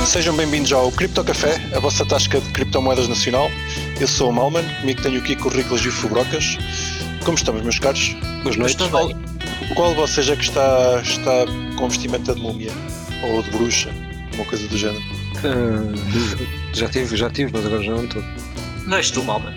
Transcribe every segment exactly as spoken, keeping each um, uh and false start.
Sejam bem-vindos ao Cripto Café, a vossa tasca de criptomoedas nacional. Eu sou o Malman, comigo tenho aqui o Riclas e o Fubrocas. Como estamos, meus caros? Boas noites. Qual, qual de vocês é que está, está com vestimenta de múmia? Ou de bruxa? Uma coisa do género? Uh, já tive, já tive, mas agora já não estou. Não és tu, Malman?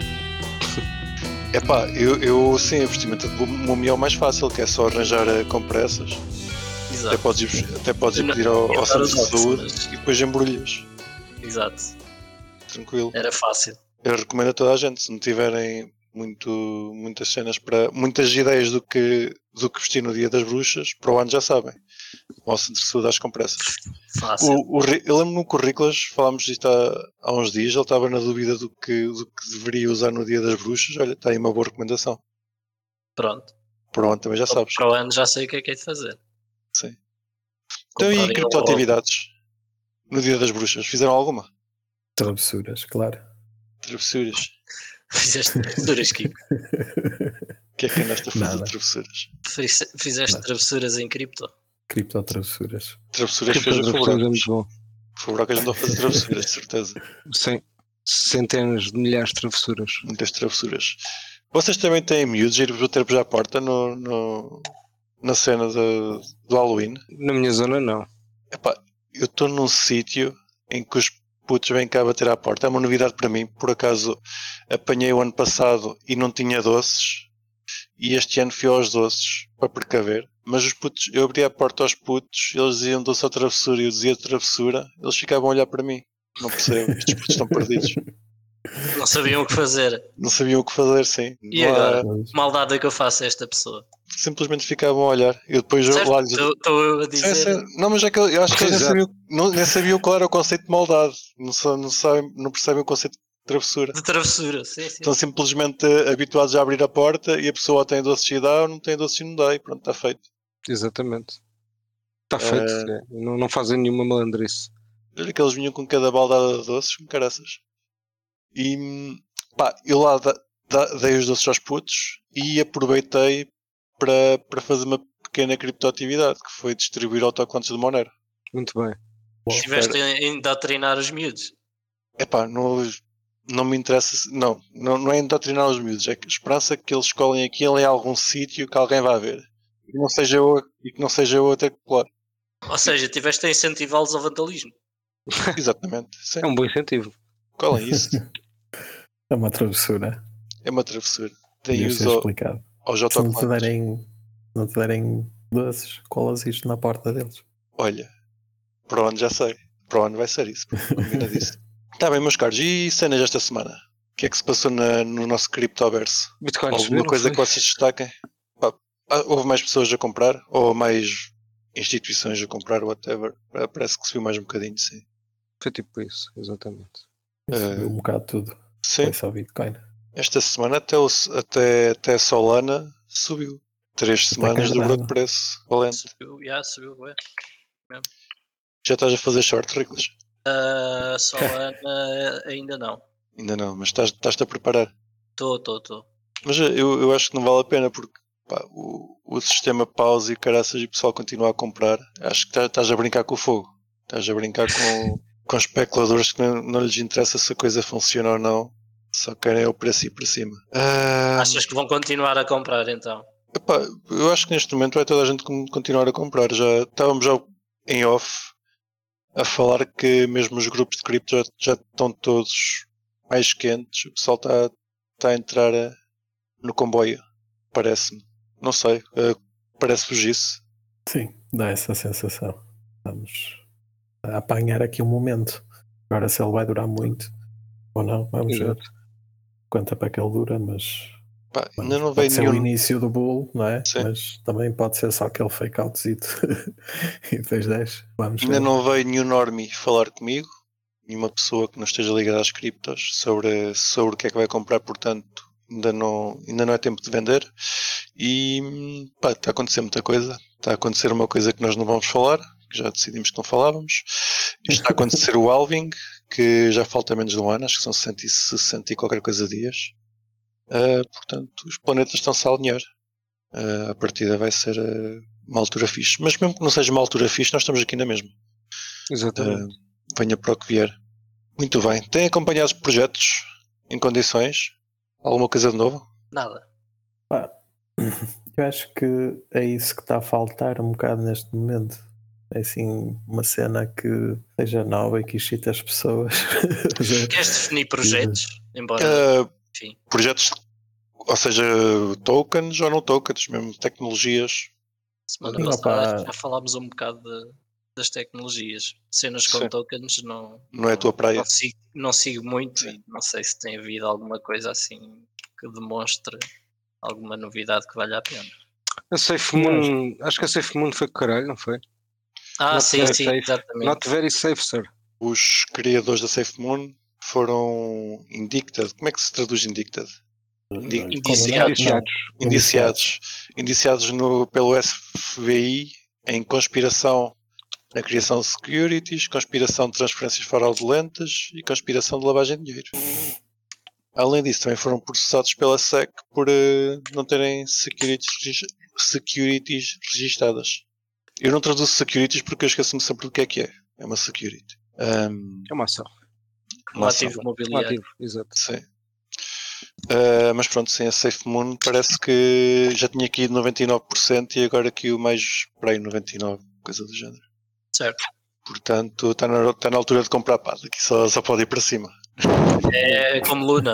Epá, eu, eu sim, a vestimenta de múmia é o mais fácil, que é só arranjar uh, compressas. Exato. Até podes ir, até podes ir pedir ao, ao centro de saúde mas... e depois embrulhas. Exato. Tranquilo. Era fácil. Eu recomendo a toda a gente, se não tiverem muito, muitas cenas para. Muitas ideias do que, do que vestir no dia das bruxas, para o ano já sabem. Ao centro de saúde às compressas. Fácil. O, o, eu lembro-me que o Riclas, falámos disto há, há uns dias, ele estava na dúvida do que, do que deveria usar no dia das bruxas. Olha, está aí uma boa recomendação. Pronto. Para o ano também já sabes. Para o ano já sei o que é que é de fazer. Sim. Então e criptoatividades? No dia das bruxas, fizeram alguma? Travessuras, claro. Travessuras? Fizeste travessuras, Kiko? O que é que andaste a fazer Nada. travessuras? Fizeste Nada. travessuras em cripto? Criptotravessuras. Travessuras fez o Travessuras é Fubrocas. muito bom. O Fubrocas andou a fazer travessuras, de certeza. Sim. Centenas de milhares de travessuras. Muitas travessuras. Vocês também têm miúdos a ir bater-vos à porta no, no, na cena de, do Halloween? Na minha zona, não. Epá, eu estou num sítio em que os putos vêm cá bater à porta. É uma novidade para mim. Por acaso apanhei o ano passado e não tinha doces. E este ano fui aos doces para precaver. Mas os putos, eu abria a porta aos putos, eles diziam doce ou travessura e eu dizia travessura. Eles ficavam a olhar para mim. Não percebo, estes putos estão perdidos. Não sabiam o que fazer. Não sabiam o que fazer, sim. E Não há- agora? Maldade é que eu faço a esta pessoa. Simplesmente ficavam a olhar. Eu depois eu lá lhes... Estou eu a Sim, dizer. sim. Não, mas é que eu, eu acho que eles nem Exato. sabiam, não, nem sabiam qual era o conceito de maldade. Não, sa- não, sabem, não percebem o conceito de travessura. De travessura, sim, sim. Estão simplesmente habituados a abrir a porta e a pessoa ou tem doces e dá ou não tem doces e não dá e pronto, está feito. Exatamente. Está feito. Eh, é. Não, não fazem nenhuma malandrice. Olha que eles vinham com cada baldada de doces, com caraças. E pá, eu lá da, da, dei os doces aos putos e aproveitei para, para fazer uma pequena criptoatividade, que foi distribuir autocontos de Monero. Muito bem. Estiveste ainda a treinar os miúdos. Epá, não, não me interessa, se- não, não, não é indoctrinar os miúdos, é que a esperança que eles escolhem aquilo em algum sítio que alguém vá ver. E que não seja eu, a- e que não seja eu a ter que colar. Ou seja, estiveste a incentivá-los ao vandalismo. Exatamente. Sim. É um bom incentivo. Qual é isso? É uma travessura. É uma travessura. Tem Devia ser uso ao- explicado. aos Se não te autocolantes. derem, não te derem doces, colas isto na porta deles. Olha, para onde já sei. Para onde vai ser isso. Combina disso. Está bem, meus caros. E cenas esta semana? O que é que se passou na- no nosso criptoverso? Bitcoin Alguma subiu, coisa não que foi? vocês destaquem? Pá, ah, houve mais pessoas a comprar? Ou mais instituições a comprar? Whatever. Ah, Parece que subiu mais um bocadinho, sim. Foi tipo isso, exatamente. Subiu Eh, um bocado tudo. Sim. Foi só Bitcoin. Esta semana até, o, até, até Solana subiu. Três semanas dobrou de Cardano. preço. Valente. Subiu, já, subiu, ué. Já estás a fazer short, Riclas? Uh, Solana ainda não. Ainda não, mas estás- estás-te a preparar. Estou, estou, estou. Mas eu, eu acho que não vale a pena porque pá, o, o sistema pausa e caraças e o pessoal continua a comprar. Acho que tá- estás a brincar com o fogo. Estás a brincar com, com especuladores que não, não lhes interessa se a coisa funciona ou não. Só querem o preço ir para cima. Ah, Achas que vão continuar a comprar então? epá, eu acho que neste momento vai toda a gente con- continuar a comprar. Já estávamos já em off a falar que mesmo os grupos de cripto já, já estão todos mais quentes. O pessoal está está a entrar eh, no comboio, parece-me. Não sei, eh, parece-vos isso. Sim, dá essa sensação. Estamos a apanhar aqui um momento. Agora se ele vai durar muito ou não, vamos ver Exato. quanto tempo é que ele dura, mas Pá, vamos, ainda não pode veio ser o nenhum. início do bull, não é? Sim. Mas também pode ser só aquele fake outzito e depois desce. Vamos Ainda ver. não veio nenhum normie falar comigo, nenhuma pessoa que não esteja ligada às criptos sobre, sobre o que é que vai comprar, portanto ainda não, ainda não é tempo de vender. E pá, está a acontecer muita coisa. Está a acontecer uma coisa que nós não vamos falar, que já decidimos que não falávamos. Está a acontecer o halving, que já falta menos de um ano, acho que são cento e sessenta e qualquer coisa dias. Uh, portanto, os planetas estão-se a alinhar. Uh, a partida vai ser uh, uma altura fixe. Mas mesmo que não seja uma altura fixe, nós estamos aqui na mesma. Exatamente. Uh, venha para o que vier. Muito bem. Tem acompanhado os projetos em condições? Alguma coisa de novo? Nada. Pá, eu acho que é isso que está a faltar um bocado neste momento. É assim, uma cena que seja nova e que excite as pessoas. Queres definir projetos? Embora, Uh, enfim. projetos, ou seja, tokens ou não tokens, mesmo tecnologias. Semana Sim, passada opa. acho que já falámos um bocado de- das tecnologias. Cenas com Sim. tokens não, Não é a tua praia. não, sigo, não sigo muito Sim. e não sei se tem havido alguma coisa assim que demonstre alguma novidade que valha a pena. A Safe Moon, acho que a Safe Moon foi com caralho, não foi? Ah, Not sim, very sim, safe. exatamente. Not very safe, sir. Os criadores da SafeMoon foram indicted. Como é que se traduz indicted? Indi- Indiciados. Não, Indiciados. Indiciados. Indiciados no, pelo S F B I em conspiração na criação de securities, conspiração de transferências fraudulentas e conspiração de lavagem de dinheiro. Além disso, também foram processados pela S E C por uh, não terem securities, regi- securities registadas. Eu não traduzo securities porque eu esqueço-me sempre do que é que é. É uma security. Um, É uma ação. Um ativo Um imobiliário. ativo, exato. sim. Uh, mas pronto, sim, a SafeMoon parece que já tinha caído noventa e nove por cento e agora caiu mais para aí noventa e nove por cento, coisa do género. Certo. Portanto, está na, está na altura de comprar pá, daqui só, só pode ir para cima. É como Luna.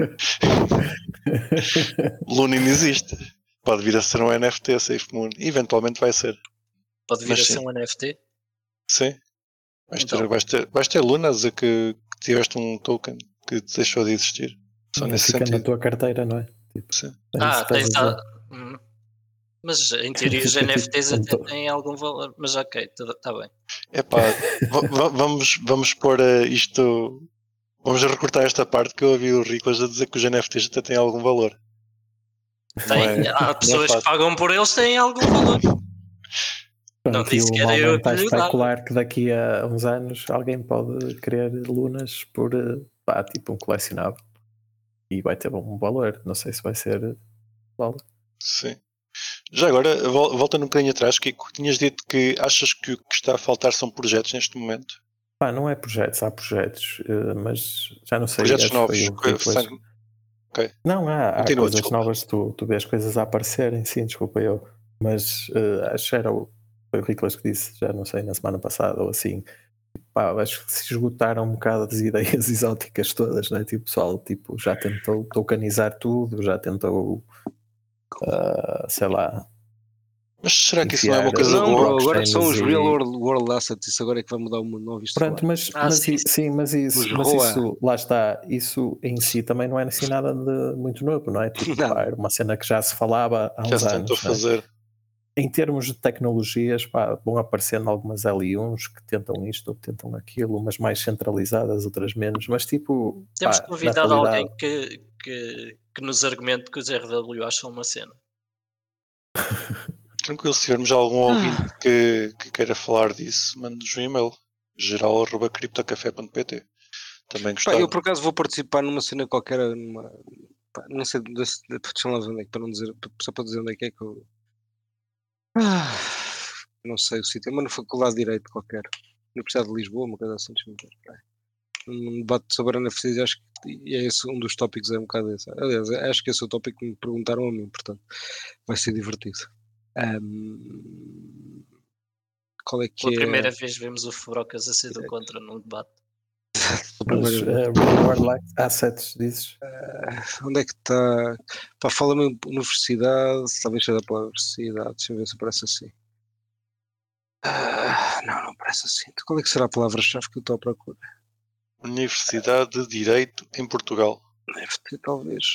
Luna ainda existe. Pode vir a ser um N F T, a SafeMoon. Eventualmente vai ser. Pode vir Mas a sim. ser um N F T. Sim. Vais, Então. ter, vais, ter, vais ter Luna a dizer que, que tiveste um token que deixou de existir. Só Não nesse fica sentido. na tua carteira, não é? Tipo, Sim. é isso Ah, que estás tens a a... dizer. Hum. Mas em teoria os Fica N F Ts tipo, até um to- têm algum valor. Mas ok, está bem. Epá, va- va- vamos, vamos pôr uh, isto. Vamos recortar esta parte que eu ouvi o Riclas a dizer que os N F Ts até têm algum valor. Não Tem, é- há não é pessoas que fácil. pagam por eles têm algum valor. Não Pronto, e disse o que era eu Malman está a que lhe dava. especular que daqui a uns anos alguém pode querer lunas por eh, pá, tipo um colecionável e vai ter um valor. Não sei se vai ser valor. Sim. Já agora, vol- voltando um bocadinho atrás, Kiko, tinhas dito que achas que o que está a faltar são projetos neste momento? Pá, não é projetos, há projetos, eh, mas já não sei. Projetos Acho que novos. foi o que- Riclas. sang- Ok. Não, há, há Continua, coisas desculpa. novas, tu, tu vês coisas a aparecerem, sim, desculpa eu. Mas eh, acho que era o, foi o Riclas que disse, já não sei, na semana passada ou assim. Pá, acho que se esgotaram um bocado as ideias exóticas todas, né? Tipo, o pessoal tipo, já tentou tokenizar tudo, já tentou, uh, sei lá. Mas será que isso não é uma enfiar, coisa Não, boa? bro, agora são os blockchains e- real world, world assets. Isso agora é que vai mudar o mundo. Não ouviste falar. Pronto, mas, Ah, mas, sim, i- sim, mas, isso, Os mas R O A. isso, lá está, isso em si também não é assim nada de muito novo, não é? Tipo, Nada. pá, era uma cena que já se falava há Já uns se tentou anos, não é? fazer. Em termos de tecnologias, pá, vão aparecendo algumas L uns que tentam isto ou tentam aquilo, umas mais centralizadas, outras menos, mas tipo, Temos pá, na convidado realidade, alguém que, que, que nos argumente que os R W As são uma cena. Tranquilo, se tivermos algum ouvinte que, que queira falar disso, mande-nos um e-mail. geral arroba criptocafé ponto pt. Também Pá, gostava. eu por acaso vou participar numa cena qualquer, numa, pá, não sei, deixa deixa lá ver onde é que, para não dizer, só para dizer onde é que é que eu. Ah, não sei o sítio, é uma faculdade de Direito qualquer, Universidade de Lisboa, uma coisa assim, deixa-me ver. Peraí. Um debate sobre N F Ts, acho que e é esse um dos tópicos, é um bocado esse. Aliás, acho que esse é o tópico que me perguntaram a mim, portanto, vai ser divertido. Ahm, qual é que Pela é? primeira vez vemos o Fubrocas a ser do contra num debate. Pela mas primeira vez. uh, Real World Assets, dizes? Uh, onde é que está? Pá, fala-me universidade, talvez seja pela universidade, deixa eu ver se aparece assim. Uh, não, não aparece assim. Então, qual é que será a palavra-chave que eu estou à procura? Universidade de Direito em Portugal. Deve ter, talvez.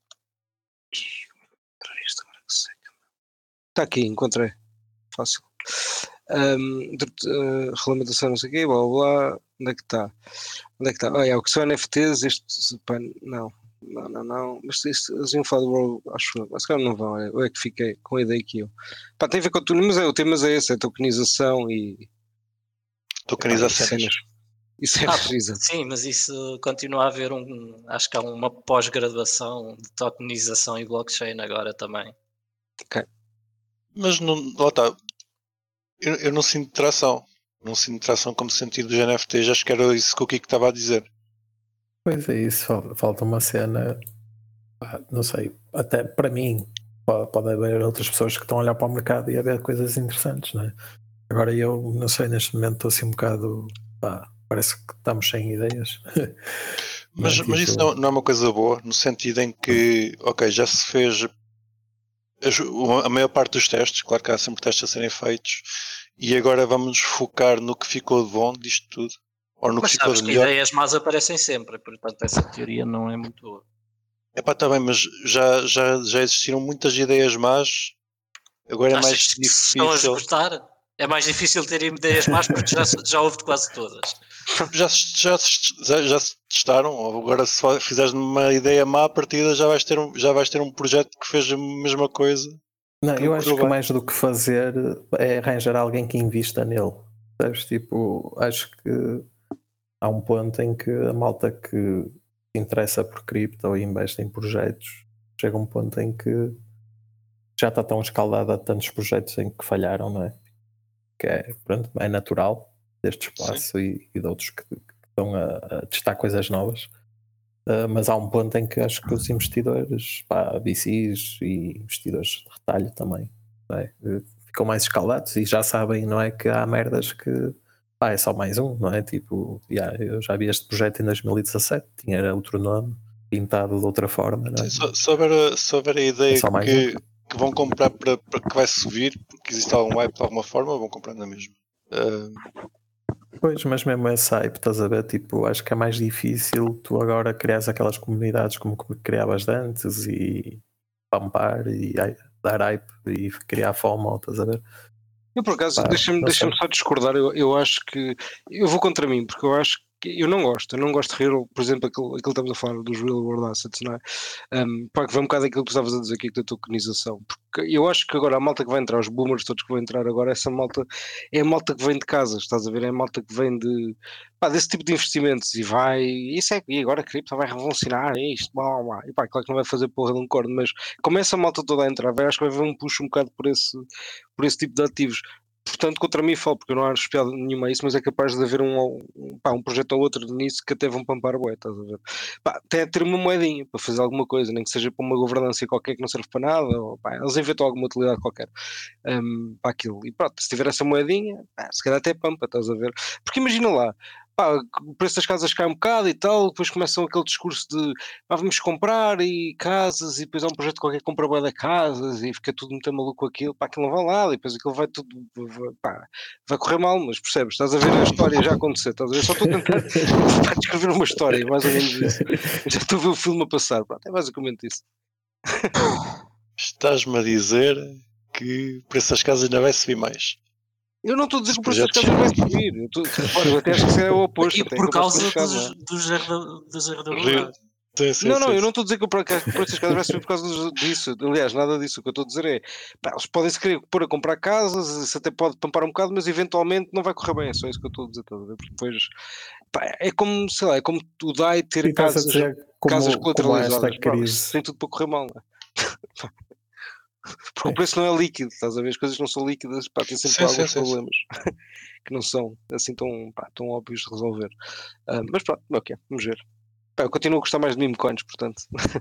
Está aqui, encontrei. Fácil. Um, uh, regulamentação, não sei o quê, blá blá blá. Onde é que está? Onde é que está? Ah, é, o que são N F Ts, este. Pá, não, não, não, não. Mas isso, eles iam falar do World, acho eu. Mas claro, não vão. Eu é que fiquei com a ideia que eu. Pá, tem a ver com tudo, mas é, o tema é esse: é tokenização e. Tokenizações. Isso é Ah, exato. sim, mas isso continua a haver um. Acho que há uma pós-graduação de tokenização e blockchain agora também. Ok. Mas não, lá está. Eu, eu não sinto tração. não sinto interação como sentido dos N F Ts. Acho que era isso que o Kiko estava a dizer. Pois é isso, falta uma cena, não sei, até para mim, pode, pode haver outras pessoas que estão a olhar para o mercado e a ver coisas interessantes, não é? Agora eu, não sei, neste momento estou assim um bocado, pá, parece que estamos sem ideias. Mas, Não é, mas tipo- isso não, não é uma coisa boa, no sentido em que, ok, já se fez as- uma- a maior parte dos testes, claro que há sempre testes a serem feitos, e agora vamos focar no que ficou de bom disto tudo, ou no que Mas ficou sabes de que melhor. ideias más aparecem sempre, portanto essa teoria não é muito boa. Epá, está bem, mas já, já, já existiram muitas ideias más, agora é mais Achas que se estão a difícil. esgotar? É mais difícil ter ideias más porque já, se- já houve de quase todas. Já, se- já, se- já, já se testaram, ou agora se fa- fizeres uma ideia má à partida já vais ter um, já vais ter um projeto que fez a mesma coisa. Não, que eu não acho correu que bem. mais do que fazer é arranjar alguém que invista nele. Sabes? Tipo, acho que há um ponto em que a malta que se interessa por cripto e investe em projetos chega a um ponto em que já está tão escaldada a tantos projetos em que falharam, não é? Que é, pronto, é natural deste espaço e, e de outros que, que estão a, a testar coisas novas. Uh, mas há um ponto em que acho que os investidores, pá, V Cs e investidores de retalho também, não é? Uh, ficam mais escaldados e já sabem, não é, que há merdas que pá, é só mais um, não é? Tipo, yeah, eu já vi este projeto em dois mil e dezassete, tinha outro nome, pintado de outra forma, não é? Sim, só, só, houver a, só houver a ideia É só mais que, que vão comprar para, para que vai subir, porque existe algum hype de alguma forma, vão comprar na mesma. Uh, Pois, mas mesmo esse hype, estás a ver, tipo, acho que é mais difícil tu agora criares aquelas comunidades como que criavas antes e pampar e ai, dar hype e criar FOMO, estás a ver? Eu, por acaso, Pá, deixa-me não deixa sei. só discordar. Eu, eu acho que. Eu vou contra mim, porque eu acho que. Eu não gosto. Eu não gosto de real, por exemplo, aquilo, aquilo que estamos a falar dos real world assets, não é? Um, pá, que vai um bocado aquilo que tu estavas a dizer aqui da tokenização. Porque eu acho que agora a malta que vai entrar, os boomers todos que vão entrar agora, essa malta é a malta que vem de casas, estás a ver? É a malta que vem de. Pá, desse tipo de investimentos e vai. Isso é. E agora a cripto vai revolucionar é isto, blá, blá. E pá, claro que não vai fazer porra de um corno, mas como essa malta toda a entrar, vai, acho que vai haver um push um bocado por esse, por esse tipo de ativos. Portanto, contra mim falo, porque eu não acho piada nenhuma a isso, mas é capaz de haver um, um, pá, um projeto ou outro nisso que até vão pampar bué, estás a ver? Pá, até ter uma moedinha para fazer alguma coisa, nem que seja para uma governança qualquer que não serve para nada, ou, pá, eles inventam alguma utilidade qualquer um, para aquilo. E pronto, se tiver essa moedinha, pá, se calhar até pampa, estás a ver? Porque imagina lá, pá, o preço das casas cai um bocado e tal, depois começam aquele discurso de pá, vamos comprar e casas, e depois há um projeto qualquer que compra bué de casas e fica tudo muito maluco aquilo, pá, aquilo não vai lá, e depois aquilo vai tudo, vai, pá, vai correr mal, mas percebes? Estás a ver a história já acontecer, estás a ver? Eu só estou a tentar pá, descrever uma história, mais ou menos isso. Eu já estou a ver o filme a passar, pronto, é basicamente isso. Estás-me a dizer que o preço das casas ainda vai subir mais. Eu não estou a dizer que o preço das Projetos. casas vai subir. Eu, estou, repara, eu até acho que isso é o oposto. E Até é por capaz de causa baixar, não dos, é? dos, herda- dos Rio- herdabilidades. Sim, sim, Não, não, sim, eu sim. não estou a dizer que o pre- que o preço das casas vai subir por causa dos- disso. Aliás, nada disso. O que eu estou a dizer é, pá, eles podem se querer pôr a comprar casas, isso até pode pampar um bocado, mas eventualmente não vai correr bem. É só isso que eu estou a dizer, estás a ver? Porque depois, pá, é como, sei lá, é como o D A I ter E estás a casas, dizer casas como, como há esta colateralizadas. Pá, isso crise. tem tudo para correr mal, não é? Porque o preço não é líquido, estás a ver? As coisas não são líquidas, pá, tem sempre Sim, alguns sim, sim, sim. problemas que não são assim tão, pá, tão óbvios de resolver. Ah, mas pronto, ok, vamos ver. Pá, eu continuo a gostar mais de meme coins, portanto.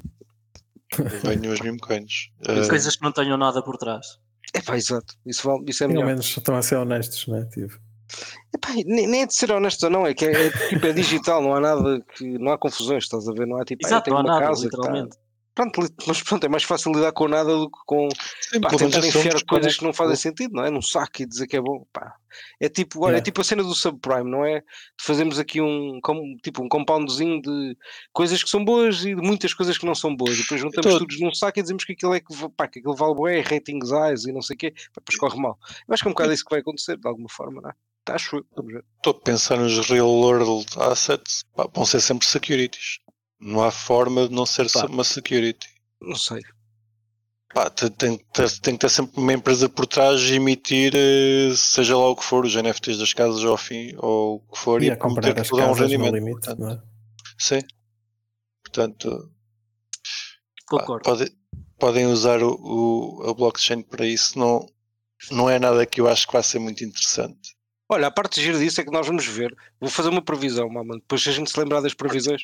Venham os meme coins. E Uh, coisas que não tenham nada por trás. É pá, exato. Isso, vale, isso é Pelo melhor. menos estão a ser honestos, não é? Tipo, Epá, nem, nem é de ser honesto ou não, é que é, é, tipo, é digital, não há nada que. Não há confusões, estás a ver? Não há tipo, ah, eu Exato, tenho não há uma nada, casa que está. literalmente. Pronto, li- mas pronto, é mais fácil lidar com nada do que com sim, pá, pelo menos tentar enfiar assumes coisas como- que não fazem sentido, não é? Num saco e dizer que é bom. Pá. É tipo, olha, é Yeah. tipo a cena do subprime, não é? Fazemos aqui um, como, tipo, um compoundzinho de coisas que são boas e de muitas coisas que não são boas. E depois juntamos Então- tudo num saco e dizemos que aquilo é que, va- pá, que aquilo vale bué, ratings eyes e não sei o quê, pá, depois corre mal. Eu acho que é um bocado isso que vai acontecer, de alguma forma, não é? Acho eu, vamos ver. Estou a pensar nos real world assets, pá, vão ser sempre securities. Não há forma de não ser Pá. uma security. Não sei. Pá, tem, tem, que ter- tem que ter sempre uma empresa por trás e emitir, eh, seja lá o que for, os N F Ts das casas ao fim, ou o que for, e e a prometer comprar que as aquilo dá um casas no rendimento. limite, Portanto, não é? sim. Portanto, pá, Concordo. pode- podem usar o, o- a blockchain para isso. Não, não é nada que eu acho que vai ser muito interessante. Olha, a parte gira disso é que nós vamos ver. Vou fazer uma previsão, mano. Depois se a gente se lembrar das previsões.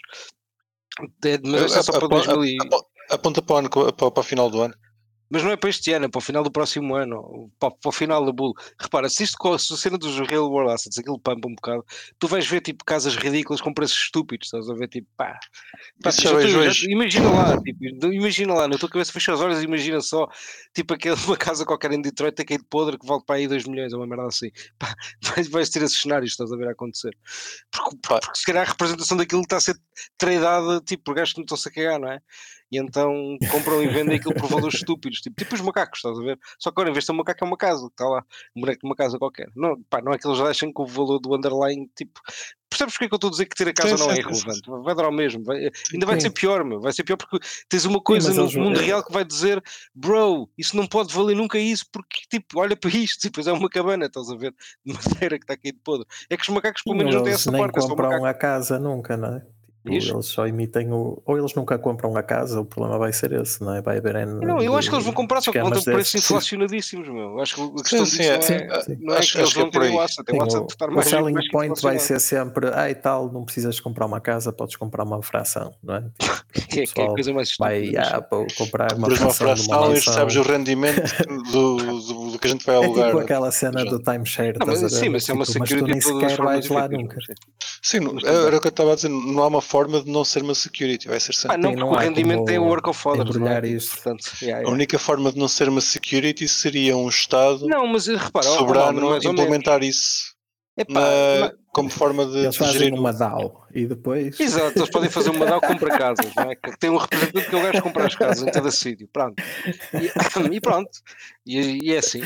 É, mas essa é só para dois mil e... Aponta para o, ano, para, para o final do ano. Mas não é para este ano, é para o final do próximo ano, para, para o final da Bull. Repara, se isto com a cena dos Real World Assets, aquilo pampa um bocado, tu vais ver tipo casas ridículas com preços estúpidos, estás a ver tipo pá. pá Isso já já tô- vejo já- hoje. imagina lá, tipo, imagina lá, na tua cabeça fecha as olhos e imagina só, tipo aquela uma casa qualquer em Detroit tem caído podre que vale para aí dois milhões, ou uma merda assim. Pá, vais, vais ter esses cenários, estás a ver a acontecer. Porque, Pá. porque se calhar a representação daquilo está a ser tradeada tipo por gajos que não estão-se a cagar, não é? E então compram e vendem aquilo por valores estúpidos, tipo, tipo os macacos, estás a ver? Só que agora, em vez de ser um macaco, é uma casa, está lá, um boneco de uma casa qualquer. Não, pá, não é que eles achem que o valor do underlying, tipo, percebes porque é que eu estou a dizer que ter a casa Sim, não sim, é sim, irrelevante? Vai dar ao mesmo, vai- ainda vai sim. ser pior, meu, vai ser pior porque tens uma coisa mas no eles- mundo eh, real que vai dizer, bro, isso não pode valer nunca isso, porque, tipo, olha para isto, e depois é uma cabana, estás a ver, de madeira que está aqui de podre. É que os macacos, pelo menos, não têm Eles essa nem parte, é só um compram macaco. a casa nunca, não é? Tipo, Diz? eles só emitem o. Ou eles nunca compram a casa, o problema vai ser esse, não é? Vai haver N Não, eu acho que eles vão de comprar, só que vão ter esquemas preços desses. inflacionadíssimos, meu. Eu acho que a Sim, questão sim, disso é, não Sim, é, sim. não é acho, que eles acho que é não por terem aí. o asset, é Sim, o asset o, de estar o mais, selling mais que point vai inflacionado. ser sempre, ah e tal, não precisas comprar uma casa, podes comprar uma fração, não é? Tipo, o Que é, que é a pessoal coisa mais vai, estúpida. mas ah, sim. vou comprar uma Compras uma fração de uma fração e recebes o mansão. rendimento do, do, do que a gente vai É alugar. tipo aquela cena do timeshare, Não, estás a mas, ver? sim, Mas, mas é uma tipo, mas tu security nem de todas as sequer formas vais lá efetivas, nunca. mas sim. Sim, não- Mas tudo era bem. o que eu estava a dizer, não há uma forma de não ser uma security, vai ser Pá, sempre. não, Sim, porque não o há rendimento é o como work of fathers, não é? embrulhar Tipo, isso. portanto, yeah, A yeah. única forma de não ser uma security seria um Estado Não, mas eh, repara, ó, ó, soberano Malman, mais ou menos. implementar isso Epá, na, ma- como forma de, Eles de fazem gerir uma o. D A O e depois. exato, eles podem fazer uma D A O compra casas, não é? Que tem um representante que é o gajo que compra as casas em cada sítio, pronto. E, e pronto, e, e é assim.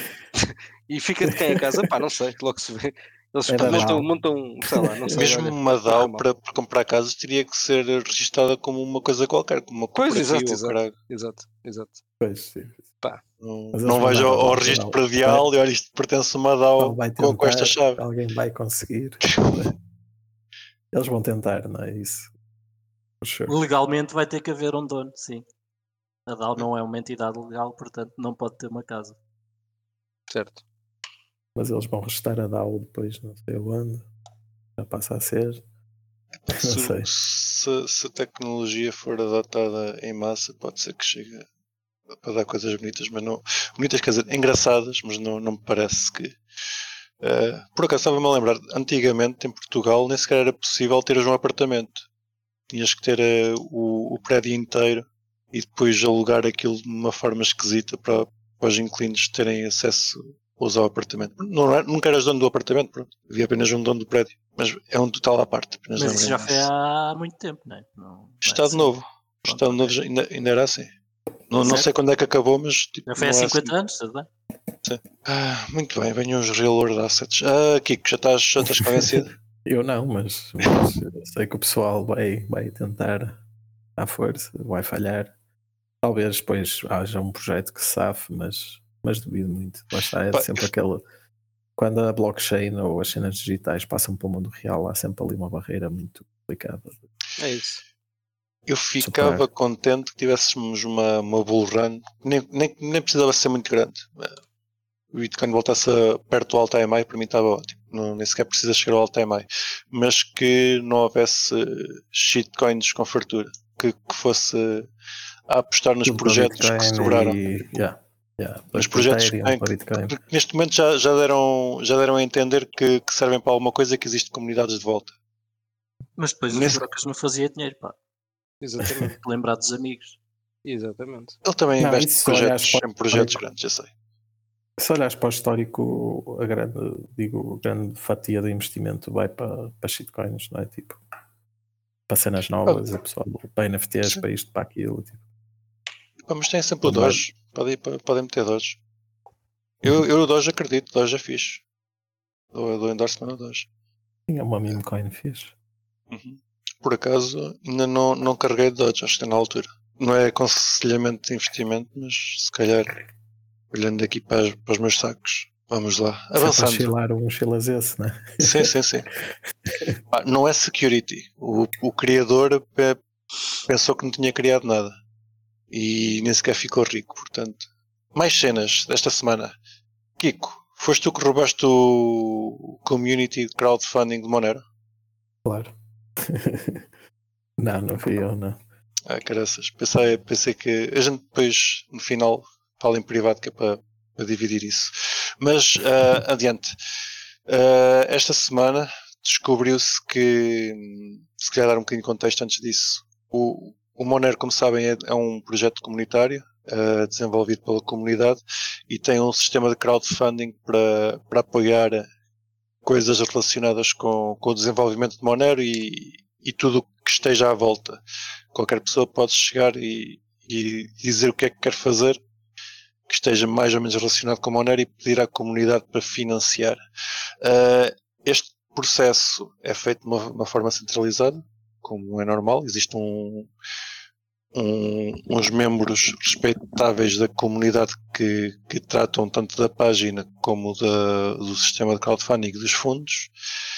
E fica de quem a casa? Pá, não sei, logo se vê. Eles É da montam, D A O. montam, sei lá, não sei, Mesmo olha, uma corra D A O mal. para, para comprar casas teria que ser registada como uma coisa qualquer, como uma Pois, cooperativa exato, ou exato, caralho. exato, exato. Pois, sim. Pá, Não, Mas eles não vão vais dar ao, a ao volta, registro não. predial e olha, isto pertence a uma D A Ele O vai com, com esta tentar, chave. alguém vai conseguir. Eles vão tentar, não é isso? For sure. Legalmente vai ter que haver um dono, sim. A D A O não é uma entidade legal, portanto não pode ter uma casa. certo. Mas eles vão restar a D A O depois, não sei onde. Já passa a ser. Não Se, sei. se, se a tecnologia for adotada em massa, pode ser que chegue para dar coisas bonitas, mas não. Bonitas, quer dizer, engraçadas, mas não, não me parece que. Uh, por acaso estava-me a lembrar, antigamente em Portugal nem sequer era possível teres um apartamento. Tinhas que ter uh, o, o prédio inteiro e depois alugar aquilo de uma forma esquisita para, para os inquilinos terem acesso a usar o apartamento. Não era, nunca eras dono do apartamento, pronto. Havia apenas um dono do prédio. Mas é um total à parte. Mas isso já foi há muito tempo, não é? Não, não é Estado assim. Novo. Pronto, Estado ok. Novo já- ainda, ainda era assim. Não, não Certo. sei quando é que acabou, mas tipo, Já foi há não é cinquenta assim. anos, tudo bem? Ah, muito bem, venham os Real World Assets. Ah, Kiko, já estás, já estás convencido? Eu não, mas, mas eu sei que o pessoal vai, vai tentar à força, vai falhar. Talvez depois haja um projeto que se safe, mas, mas duvido muito. Lá está, é Pá, sempre aquela. Quando a blockchain ou as cenas digitais passam para o mundo real, há sempre ali uma barreira muito complicada. É isso. Eu ficava Superar. contente que tivéssemos uma, uma bull run, nem, nem, nem precisava ser muito grande. O Bitcoin voltasse a, perto do all-time high, para mim estava ótimo. Não, nem sequer precisa chegar ao all-time high. Mas que não houvesse shitcoins com fartura. Que, que fosse a apostar nos Tudo para projetos que Bitcoin sobraram. e. Yeah, yeah, Nos para projetos que Ethereum, têm, para Bitcoin. porque neste momento já, já, deram, já deram a entender que, que servem para alguma coisa, que existe comunidades de volta. Mas depois Nesse- os brokers não fazia dinheiro, pá. Exatamente. Lembrar dos amigos. Exatamente. Ele também Não, investe isso em se olhares projetos, para o em projetos histórico. grandes, eu sei. Se olhares para o histórico, a grande, digo, a grande fatia do investimento vai para, para shitcoins, não é? Tipo, para cenas novas, o pessoal, para N F Ts, Sim. para isto, para aquilo. Tipo. Pá, mas tem sempre o Não vai. Doge. Podem, podem meter Doge. Eu, eu o Doge acredito, Doge é fixe. Dou, dou endorsement ao Doge. Tinha uma meme coin fixe. Uhum. Por acaso, ainda não, não carreguei de Doge, acho que está na altura. Não é aconselhamento de investimento, mas se calhar, olhando aqui para, as- para os meus sacos, vamos lá. Sempre a Avançando. chilar um chilas esse, né? Sim, sim, sim. Pá, não é security. O, o criador pe- pensou que não tinha criado nada. E nem sequer ficou rico, portanto. Mais cenas desta semana. Kiko, Foste tu que roubaste o community crowdfunding de Monero? Claro. Não, não fui eu, não. Ah, caraças. Pensei, pensei que a gente depois, no final, fala em privado que é para, para dividir isso. Mas, uh, adiante. Uh, esta semana descobriu-se que, se calhar dar um bocadinho de contexto antes disso, o, o Monero, como sabem, é, é um projeto comunitário uh, desenvolvido pela comunidade e tem um sistema de crowdfunding para, para apoiar coisas relacionadas com, com o desenvolvimento de Monero e, e tudo o que esteja à volta. Qualquer pessoa pode chegar e, e dizer o que é que quer fazer que esteja mais ou menos relacionado com Monero e pedir à comunidade para financiar. Uh, este processo é feito de uma, uma forma centralizada, como é normal. Existe um, um, uns membros respeitáveis da comunidade que, que tratam tanto da página como da, do sistema de crowdfunding dos fundos.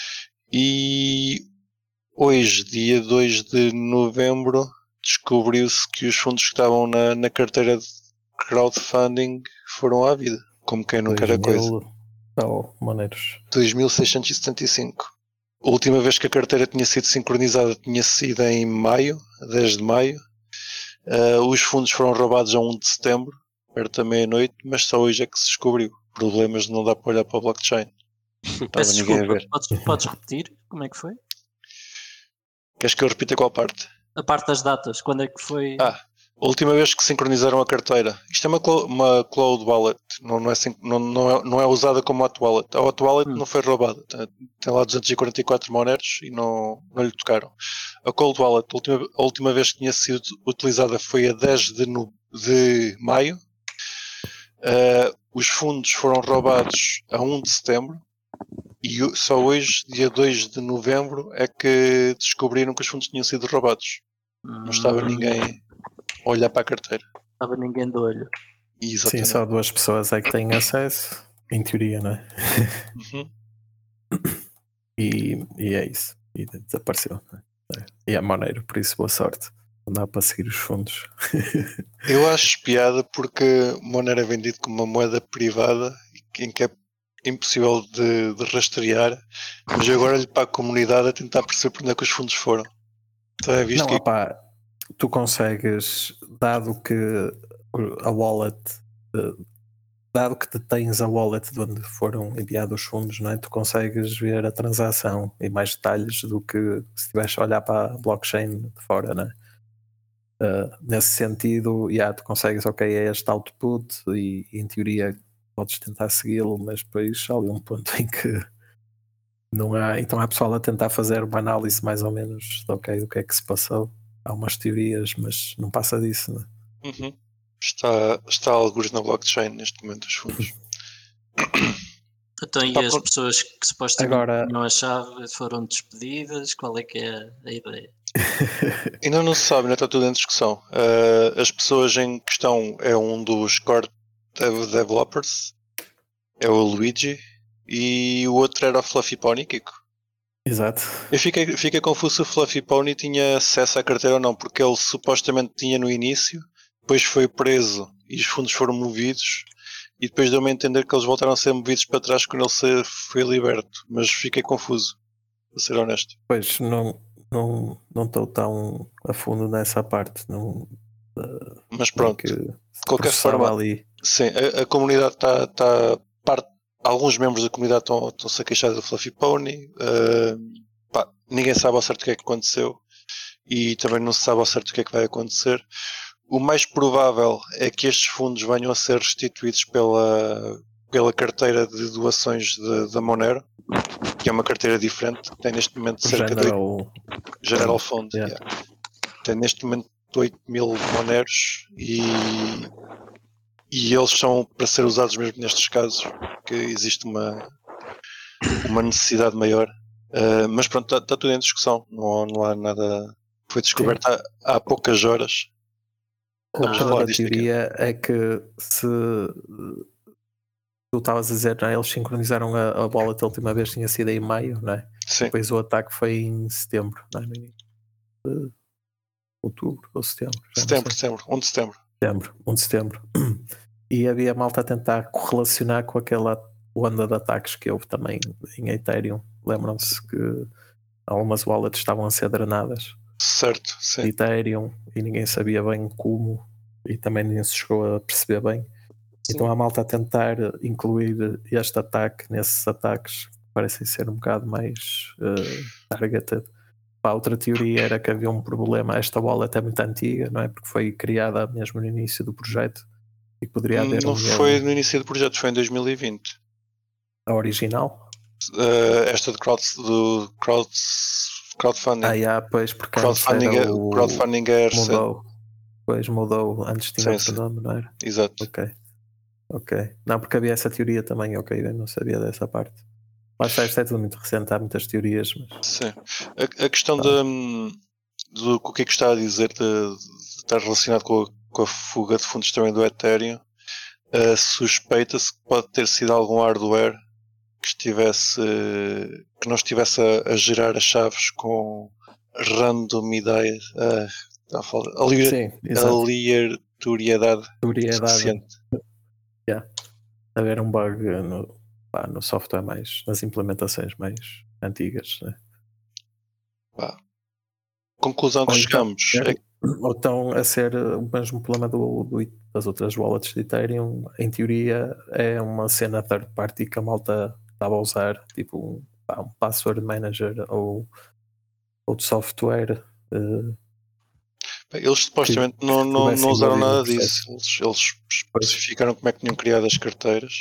E hoje, dia dois de novembro, descobriu-se que os fundos que estavam na, na carteira de crowdfunding foram à vida, como quem nunca era coisa. Oh, maneiros. dois mil seiscentos e setenta e cinco. A última vez que a carteira tinha sido sincronizada tinha sido em maio, dez de maio. Uh, os fundos foram roubados a um de setembro, perto da meia-noite, mas só hoje é que se descobriu. Problemas de não dar para olhar para o blockchain. Peço desculpa, podes, podes repetir como é que foi? Queres que eu repita qual parte? A parte das datas, quando é que foi? Ah, a última vez que sincronizaram a carteira. Isto é uma, clo uma cloud wallet, não, não, é, não, não, é, não é usada como hot wallet. A hot wallet hum. não foi roubada, tem lá duzentos e quarenta e quatro moneros e não, não lhe tocaram. A cold wallet, a última, a última vez que tinha sido utilizada foi a dez de, no, de maio. Uh, os fundos foram roubados a um de setembro e só hoje, dia dois de novembro, é que descobriram que os fundos tinham sido roubados. Hum. Não estava ninguém olhar para a carteira. Estava ninguém de olho. Sim, só duas pessoas é que têm acesso, em teoria, não é? Uhum. e, e é isso. E desapareceu. É? E é maneiro, por isso boa sorte. Não dá para seguir os fundos. Eu acho piada porque Monero é vendido como uma moeda privada em que é impossível de, de rastrear, mas eu agora olho para a comunidade a tentar perceber por onde é que os fundos foram. Então, visto não, que... opá, tu consegues, dado que a wallet, dado que detens a wallet de onde foram enviados os fundos, não é? Tu consegues ver a transação em mais detalhes do que se estivesse a olhar para a blockchain de fora, não é? Uh, nesse sentido, yeah, tu consegues, ok, é este output e em teoria podes tentar segui-lo, mas depois há ali um ponto em que não há, então há pessoal a tentar fazer uma análise mais ou menos de, ok, do que é que se passou. Há umas teorias, mas não passa disso, não é? Uhum. Está, está algures na blockchain neste momento os fundos. Então, e Pá, as por... pessoas que supostamente Agora... tinham a chave foram despedidas? Qual é que é a ideia? Ainda não se sabe, ainda está tudo em discussão. Uh, as pessoas em questão é um dos core developers, é o Luigi, e o outro era o Fluffy Pony, Kiko. Exato. Eu fiquei, fiquei confuso se o Fluffy Pony tinha acesso à carteira ou não, porque ele supostamente tinha no início, depois foi preso e os fundos foram movidos, e depois deu-me a entender que eles voltaram a ser movidos para trás quando ele foi liberto, mas fiquei confuso, para ser honesto. Pois, não... Não não estou tão a fundo nessa parte, não. Uh, mas pronto, que de qualquer forma, ali. sim, a, a comunidade está, tá, parte, alguns membros da comunidade estão, estão-se a queixar do Fluffy Pony. Uh, pá, ninguém sabe ao certo o que é que aconteceu e também não se sabe ao certo o que é que vai acontecer. O mais provável é que estes fundos venham a ser restituídos pela, pela carteira de doações da Monero, que é uma carteira diferente, que tem neste momento cerca General... de General Fund, yeah. Yeah. Tem neste momento oito mil Moneros e, e eles são para ser usados mesmo nestes casos, que existe uma, uma necessidade maior. Uh, mas pronto, está tá tudo em discussão, não, não há nada. Foi descoberto há, há poucas horas. Estamos a falar disto. A teoria aqui. É que se tu estavas a dizer, não é? Eles sincronizaram a, a wallet a última vez, tinha sido em maio, não é? Sim. Depois o ataque foi em setembro, não é? Uh, outubro ou setembro? Setembro, setembro, um de setembro. Setembro, um de setembro. E havia malta a tentar correlacionar com aquela onda de ataques que houve também em Ethereum. Lembram-se que algumas wallets estavam a ser drenadas Certo, de sim. Ethereum e ninguém sabia bem como e também nem se chegou a perceber bem. Sim. Então a malta a tentar incluir este ataque nesses ataques que parecem ser um bocado mais uh, targeted. A outra teoria era que havia um problema, esta wallet é muito antiga, não é? Porque foi criada mesmo no início do projeto e poderia haver Não um foi erro. no início do projeto, foi em dois mil e vinte. A original? Uh, esta de crowd, do crowd, crowdfunding. Ah, yeah, pois, porque crowdfunding, antes era é, o... crowdfunding é recente. mudou. Pois mudou, antes tinha Sim, outro sim. nome, não era? Exato. Ok, ok. Não, porque havia essa teoria também, ok, eu não sabia dessa parte. Lá está, isto é tudo muito recente, há muitas teorias, mas... Sim. A, a questão Ah. de, do o que é que está a dizer de, de estar relacionado com a, com a fuga de fundos também do Ethereum, uh, suspeita-se que pode ter sido algum hardware que estivesse que não estivesse a, a gerar as chaves com randomidade, uh, a falar, Sim, exato. aleatoriedade Aleatoriedade. suficiente. Yeah. Haver um bug no, pá, no software mais, nas implementações mais antigas, né? Pá. Conclusão que Ou então, chegamos é, é, ou então a ser o mesmo problema do, do, das outras wallets de Ethereum, em teoria é uma cena third party que a malta estava a usar, tipo um, pá, um password manager ou outro software. Uh, eles supostamente que, não, que não, não usaram nada disso. processo. Eles, eles especificaram como é que tinham criado as carteiras.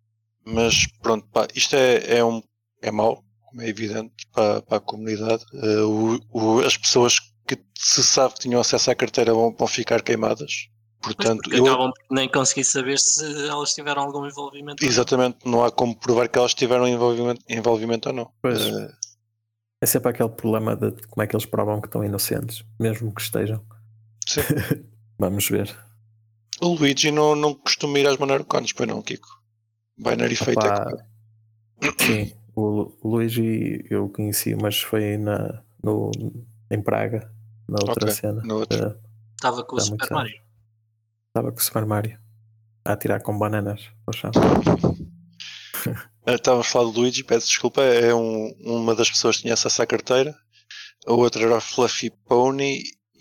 Mas pronto, pá, isto é, é, um, é mau, como é evidente, para, para a comunidade. Uh, o, o, as pessoas que se sabe que tinham acesso à carteira vão, vão ficar queimadas. Portanto, Porque eu, acabam por nem conseguir saber se elas tiveram algum envolvimento. exatamente, não há como provar que elas tiveram envolvimento, envolvimento ou não. Pois. Uh, É sempre aquele problema de como é que eles provam que estão inocentes, mesmo que estejam. Sim. Vamos ver. O Luigi não, não costuma ir às Monarcones, pois não, Kiko? Binary Fate é que... Sim, o Luigi eu conheci, mas foi na, no, em Praga, na outra okay, cena. no outro. Estava com o Super Mario. Estava com o Super Mario a atirar com bananas ao chão. Estava a falar do Luigi, peço desculpa, é um, uma das pessoas que tinha acesso à carteira. A outra era o Fluffy Pony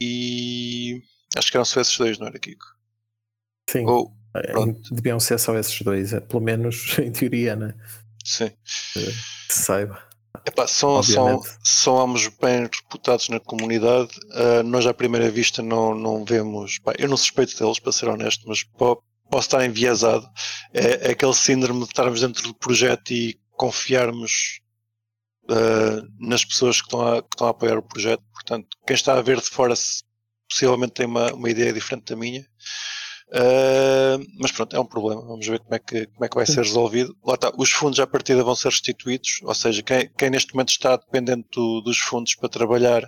e acho que eram só esses dois, não era, Kiko? Sim, Ou, deviam ser só esses dois, pelo menos em teoria, né? Sim. Que se saiba. Epá, são, são, são ambos bem reputados na comunidade. Uh, nós à primeira vista não, não vemos. Pá, eu não suspeito deles, para ser honesto, mas po, posso estar enviesado. É, é aquele síndrome de estarmos dentro do projeto e confiarmos uh, nas pessoas que estão, a, que estão a apoiar o projeto. Portanto, quem está a ver de fora possivelmente tem uma, uma ideia diferente da minha. Uh, mas pronto, é um problema. Vamos ver como é que, como é que vai ser resolvido. Lá está, os fundos à partida vão ser restituídos, ou seja, quem, quem neste momento está dependente do, dos fundos para trabalhar,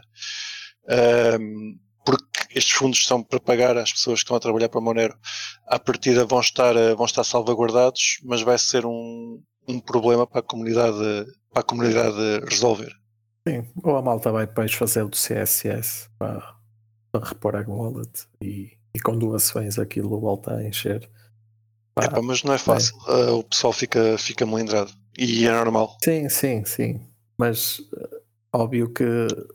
uh, porque estes fundos são para pagar às pessoas que estão a trabalhar para a Monero, à partida vão estar, vão estar salvaguardados, mas vai ser um, um problema para a comunidade, para a comunidade resolver. Sim, ou a malta vai depois fazer o do C S S para, para repor a wallet e E com doações aquilo volta a encher. Pá, Epá, mas não é fácil. É. Uh, o pessoal fica, fica melindrado. E é normal. Sim, sim, sim. Mas uh, óbvio que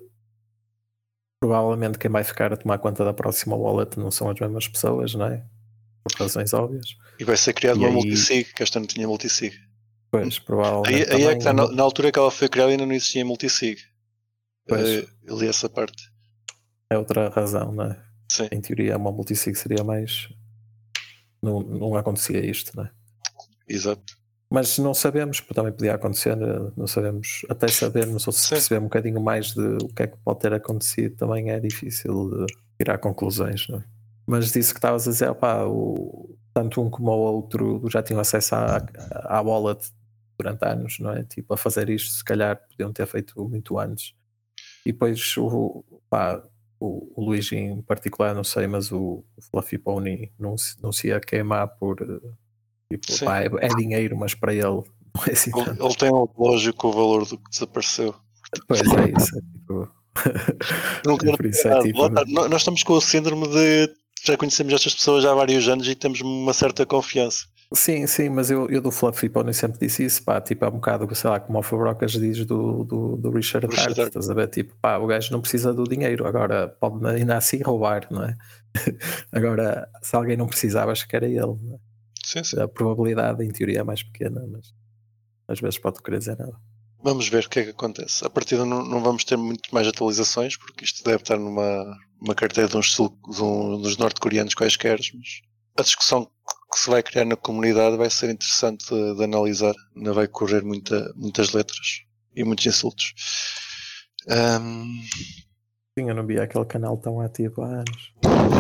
provavelmente quem vai ficar a tomar conta da próxima wallet não são as mesmas pessoas, não é? Por razões óbvias. E vai ser criada e uma aí... multisig, que esta não tinha multisig. Pois, provavelmente. Aí, também, aí é que está, na, na altura que ela foi criada ainda não existia multisig. Pois. Uh, eu li essa parte. É outra razão, não é? Sim. Em teoria uma multisig seria mais... Não, não acontecia isto, não é? Exato. Mas não sabemos, também podia acontecer, não sabemos, até sabermos ou se perceber um bocadinho mais de o que é que pode ter acontecido, também é difícil de tirar conclusões, não é? Mas disse que estavas a dizer, pá, o, tanto um como o outro já tinham acesso à, à wallet durante anos, não é? Tipo, a fazer isto, se calhar podiam ter feito muito antes. E depois, o, pá, o, o Luigi em particular, não sei, mas o, o Fluffy Pony não se, não se ia queimar por... Tipo, pá, é, é dinheiro, mas para ele não é assim ele, tanto. ele tem um lógico o valor do que desapareceu. Pois é isso. É tipo... não quero por isso é tipo... Nós estamos com o síndrome de já conhecemos estas pessoas há vários anos e temos uma certa confiança. Sim, sim, mas eu, eu do Fluffy Pony sempre disse isso, pá, tipo, é um bocado, sei lá, como o Fabrocas diz do, do, do Richard Richard Hart, Hart. estás a ver? Tipo, pá, o gajo não precisa do dinheiro, agora pode ainda assim roubar, não é? Agora, se alguém não precisava, acho que era ele, não é? Sim, sim. A probabilidade, em teoria, é mais pequena, mas às vezes pode querer dizer nada. Vamos ver o que é que acontece. A partida não, não vamos ter muito mais atualizações, porque isto deve estar numa, numa carteira de uns, sul- de um, dos norte-coreanos quaisquer, mas a discussão que se vai criar na comunidade vai ser interessante de, de analisar. Ainda vai correr muita, muitas letras e muitos insultos. Ahm, Sim, eu não via aquele canal tão ativo há anos.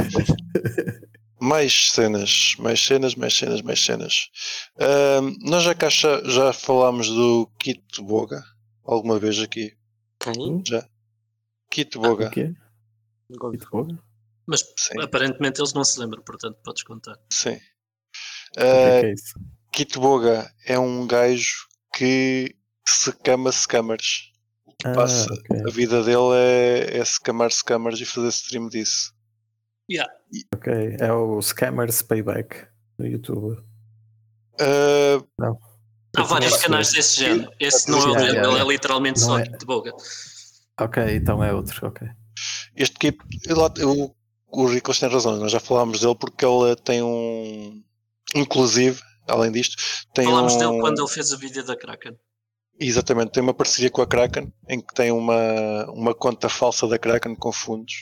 mais cenas, mais cenas, mais cenas, mais cenas. Ahm, nós já cá já, já falámos do Kit Boga alguma vez aqui. Quem? Já. Kit O Boga. quê? Nunca ouvi Kit falar. Boga? Mas Sim. aparentemente eles não se lembram, portanto podes contar. Sim. O que é Uh, que é isso? Kit Boga é um gajo que se cama scammers. O que Ah, passa, ok. a vida dele é, é scamar scammers e fazer stream disso. Yeah. Ok, é o Scammers Payback no YouTube. Uh, Não. Há vários Esse- canais desse género. Esse não é o Yeah, dele, yeah, ele é yeah. literalmente Não só é- de boga. Ok, então é outro, ok. este Kit, eu, eu, o Ricos tem razão, nós já falámos dele porque ele tem um. Inclusive, além disto, tem Falámos um. dele quando ele fez o vídeo da Kraken. Exatamente, tem uma parceria com a Kraken em que tem uma, uma conta falsa da Kraken com fundos.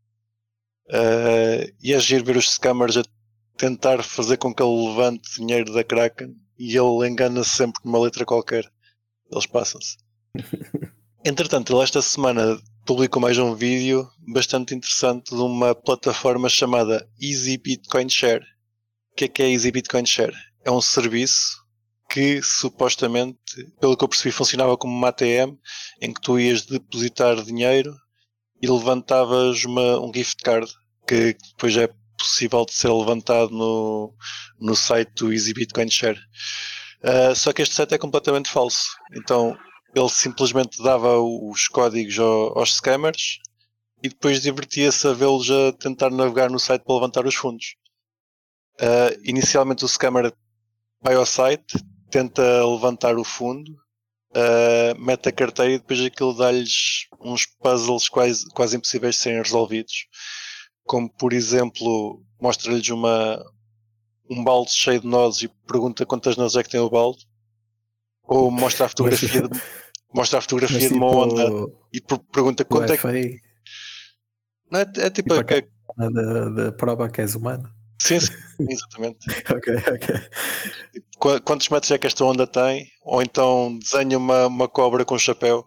Uh, e é giro ver os scammers a tentar fazer com que ele levante dinheiro da Kraken e ele engana-se sempre numa letra qualquer. Eles passam-se. Entretanto, ele esta semana publicou mais um vídeo bastante interessante de uma plataforma chamada Easy Bitcoin Share. O que é que é Easy Bitcoin Share? É um serviço que supostamente, pelo que eu percebi, funcionava como uma A T M em que tu ias depositar dinheiro e levantavas uma, um gift card que depois é possível de ser levantado no, no site do Easy Bitcoin Share. Uh, só que este site é completamente falso. Então ele simplesmente dava os códigos ao, aos scammers e depois divertia-se a vê-los a tentar navegar no site para levantar os fundos. Uh, inicialmente o scammer vai ao site, tenta levantar o fundo, uh, mete a carteira e depois aquilo dá-lhes uns puzzles quase, quase impossíveis de serem resolvidos. Como por exemplo, mostra-lhes uma, um balde cheio de nozes e pergunta quantas nozes é que tem o balde. Ou mostra a fotografia, Mas- de, mostra a fotografia Mas de uma tipo, onda e per- pergunta o quanto é que. feio, Não é, é tipo. tipo a- aquela de, de prova que és humano. sim, sim, exatamente. Ok, ok. Qu- Quantos metros é que esta onda tem? Ou então desenha uma, uma cobra com chapéu.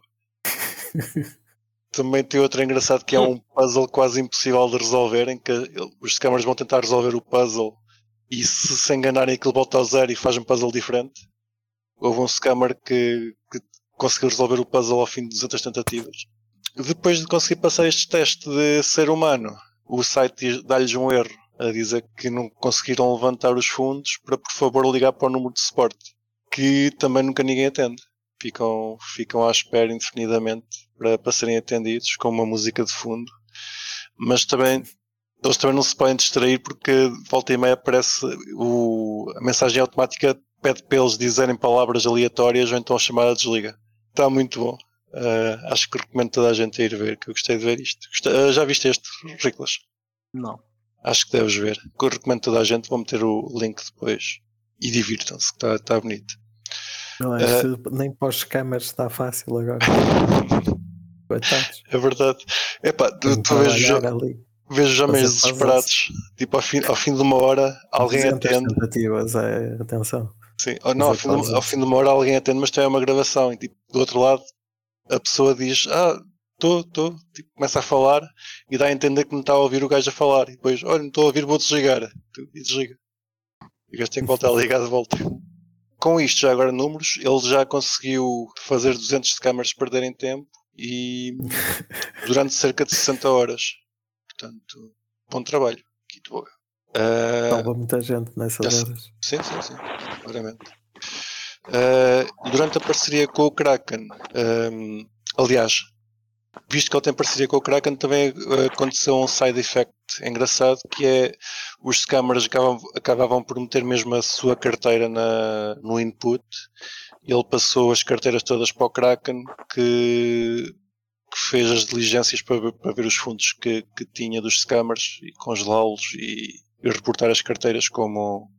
Também tem outro engraçado que é um puzzle quase impossível de resolver, em que os scammers vão tentar resolver o puzzle e se se enganarem aquilo volta ao zero e faz um puzzle diferente. Houve um scammer que, que conseguiu resolver o puzzle ao fim de duzentas tentativas. Depois de conseguir passar este teste de ser humano, o site dá-lhes um erro a dizer que não conseguiram levantar os fundos para por favor ligar para o número de suporte, que também nunca ninguém atende. Ficam, ficam à espera indefinidamente para, para serem atendidos com uma música de fundo, mas também eles também não se podem distrair porque volta e meia aparece o, a mensagem automática pede para eles dizerem palavras aleatórias ou então a chamada desliga. Está muito bom. Uh, acho que recomendo toda a gente a ir ver, que eu gostei de ver isto. Gostei, uh, já viste este, Riclas? Não. Acho que deves ver. Eu recomendo toda a gente, vou meter o link depois. E divirtam-se, que está tá bonito. Não, Uh, isto nem para os scammers está fácil agora. Coitados. é verdade. Epá, tu, Tenho que tu vejo, trabalhar ali. vejo já meio Fazer desesperados. Tipo, ao fim, ao fim de uma hora, alguém duzentas atende. tentativas, é, atenção. Sim, ou não, ao Fazer fim, de, ao puzzles. fim de uma hora alguém atende, mas tem uma gravação. E tipo, do outro lado, a pessoa diz: Ah, estou, estou. Tipo, começa a falar e dá a entender que não está a ouvir o gajo a falar. E depois, olha, não estou a ouvir, vou desligar. E desliga. E o gajo tem que voltar a ligar de volta. Com isto, já agora números, ele já conseguiu fazer duzentos scammers perderem tempo e durante cerca de sessenta horas. Portanto, bom trabalho. Kit Boga. Uh, Salva muita gente nessas essa- horas. sim, sim, sim. Claramente. Uh, durante a parceria com o Kraken, um, aliás, visto que ele tem parceria com o Kraken, também uh, aconteceu um side effect engraçado, que é os scammers acabavam, acabavam por meter mesmo a sua carteira na, no input, e ele passou as carteiras todas para o Kraken, que, que fez as diligências para, para ver os fundos que, que tinha dos scammers e congelá-los e, e reportar as carteiras como,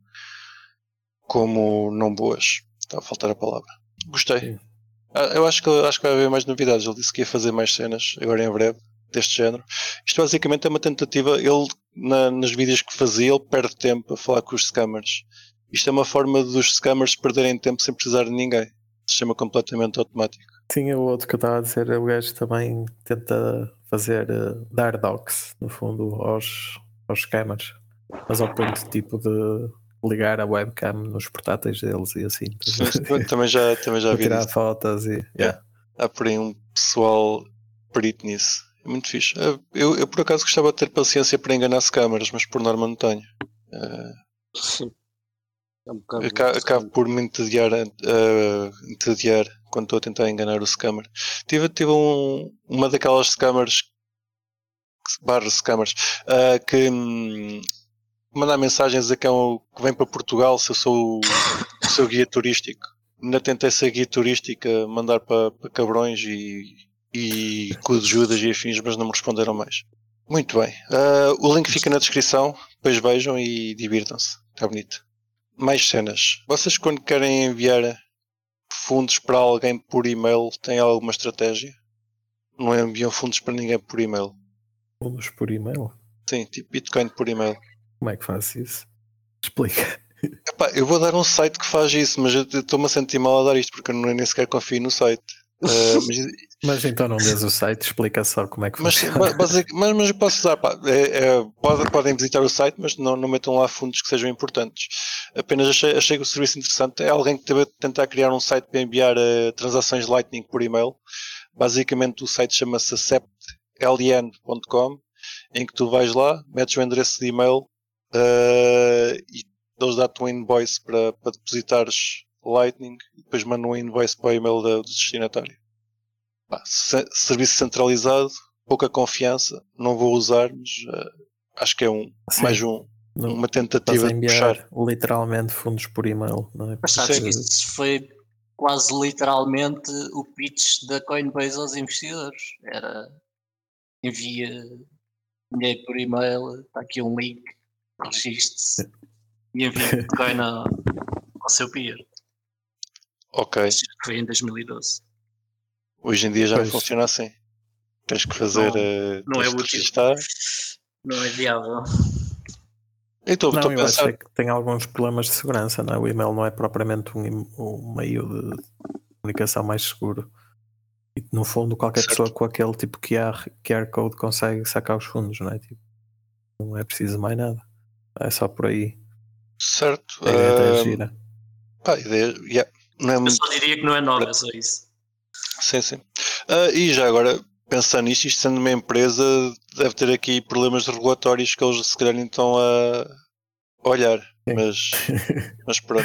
como não boas. Está a faltar a palavra. Gostei. Sim. Eu acho que, acho que vai haver mais novidades. Ele disse que ia fazer mais cenas, agora em breve, deste género. Isto basicamente é uma tentativa. Ele, na, nas vídeos que fazia, ele perde tempo a falar com os scammers. Isto é uma forma dos scammers perderem tempo sem precisar de ninguém. Sistema completamente automático. Sim, o outro que eu estava a dizer, o gajo também tenta fazer, uh, dar docs, no fundo, aos, aos scammers. Mas ao ponto tipo de ligar a webcam nos portáteis deles e assim. Sim, também já, também já vi tirar disso. fotos e... Yeah. Há por aí um pessoal perito nisso. É muito fixe. Eu, eu por acaso gostava de ter paciência para enganar câmaras, mas por norma não tenho. Uh, Sim. É um bocado acabo, acabo por me entediar, uh, entediar quando estou a tentar enganar o scammer. Tive, tive um, uma daquelas scammers, barra scammers, uh, que hum, manda mensagens a que, é um, que vem para Portugal se eu sou o, o seu guia turístico. Ainda tentei ser guia turística, mandar para, para cabrões e, e cu de Judas e afins, mas não me responderam mais. Muito bem. Uh, o link fica na descrição, depois vejam e divirtam-se. Está bonito. Mais cenas. Vocês, quando querem enviar fundos para alguém por e-mail, têm alguma estratégia? Não enviam fundos para ninguém por e-mail? Fundos por e-mail? Sim, tipo Bitcoin por e-mail. Como é que faz isso? Explica. Epá, eu vou dar um site que faz isso, mas eu estou-me a sentir mal a dar isto porque eu nem sequer confio no site. Uh, mas, mas então não dês o site, explica só como é que mas, funciona. Basic, mas, mas eu posso usar, pá, é, é, pode, podem visitar o site, mas não, não metam lá fundos que sejam importantes. Apenas achei, achei que o serviço interessante é alguém que deve tentar criar um site para enviar uh, transações Lightning por e-mail. Basicamente o site chama-se accept l n ponto com, em que tu vais lá, metes o endereço de e-mail uh, e eles dão-te um invoice para, para depositares Lightning e depois mandam um invoice para o e-mail do destinatário. Pá, serviço centralizado, pouca confiança, não vou usar, mas uh, acho que é um, mais um, não, uma tentativa de puxar. Literalmente fundos por e-mail, não é? Mas sabes que isso foi quase literalmente o pitch da Coinbase aos investidores. Era envia dinheiro por e-mail, está aqui um link, registre-se e envia Bitcoin ao, ao seu peer. Ok. Foi em dois mil e doze. Hoje em dia já pois. Não funciona assim. Tens que fazer. Não, uh, não é útil. Registrar. Não é viável. Então, não, eu pensar... acho que tem alguns problemas de segurança, não é? O e-mail não é propriamente um, um meio de comunicação mais seguro. E, no fundo, qualquer certo. Pessoa com aquele tipo de Q R Code consegue sacar os fundos, não é? Tipo, não é preciso mais nada. É só por aí. Certo. A ideia até é gira. Pá, a ideia, yeah. Não é eu muito... só diria que não é nova, é só isso. Sim, sim. Uh, e já agora, pensando nisto, isto sendo uma empresa, deve ter aqui problemas regulatórios que eles se calhar não estão a olhar. Mas, mas pronto.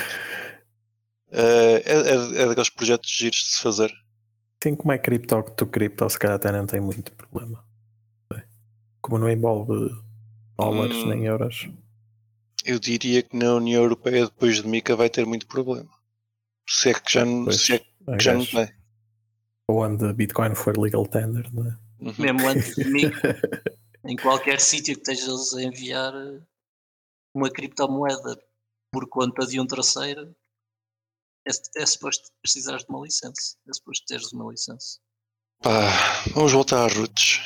Uh, é, é, é daqueles projetos giros de se fazer. Sim, como é cripto, tu cripto, se calhar até não tem muito problema. Como não envolve dólares hum, nem euros. Eu diria que na União Europeia, depois de MiCA, vai ter muito problema. Se é que já, pois, se é que já não tem. Ou onde Bitcoin for legal tender, não é? Uhum. Mesmo antes de MiCA, em qualquer sítio que estejas a enviar uma criptomoeda por conta de um terceiro, é, é suposto precisares de uma licença. É suposto teres uma licença. Pá, vamos voltar às roots.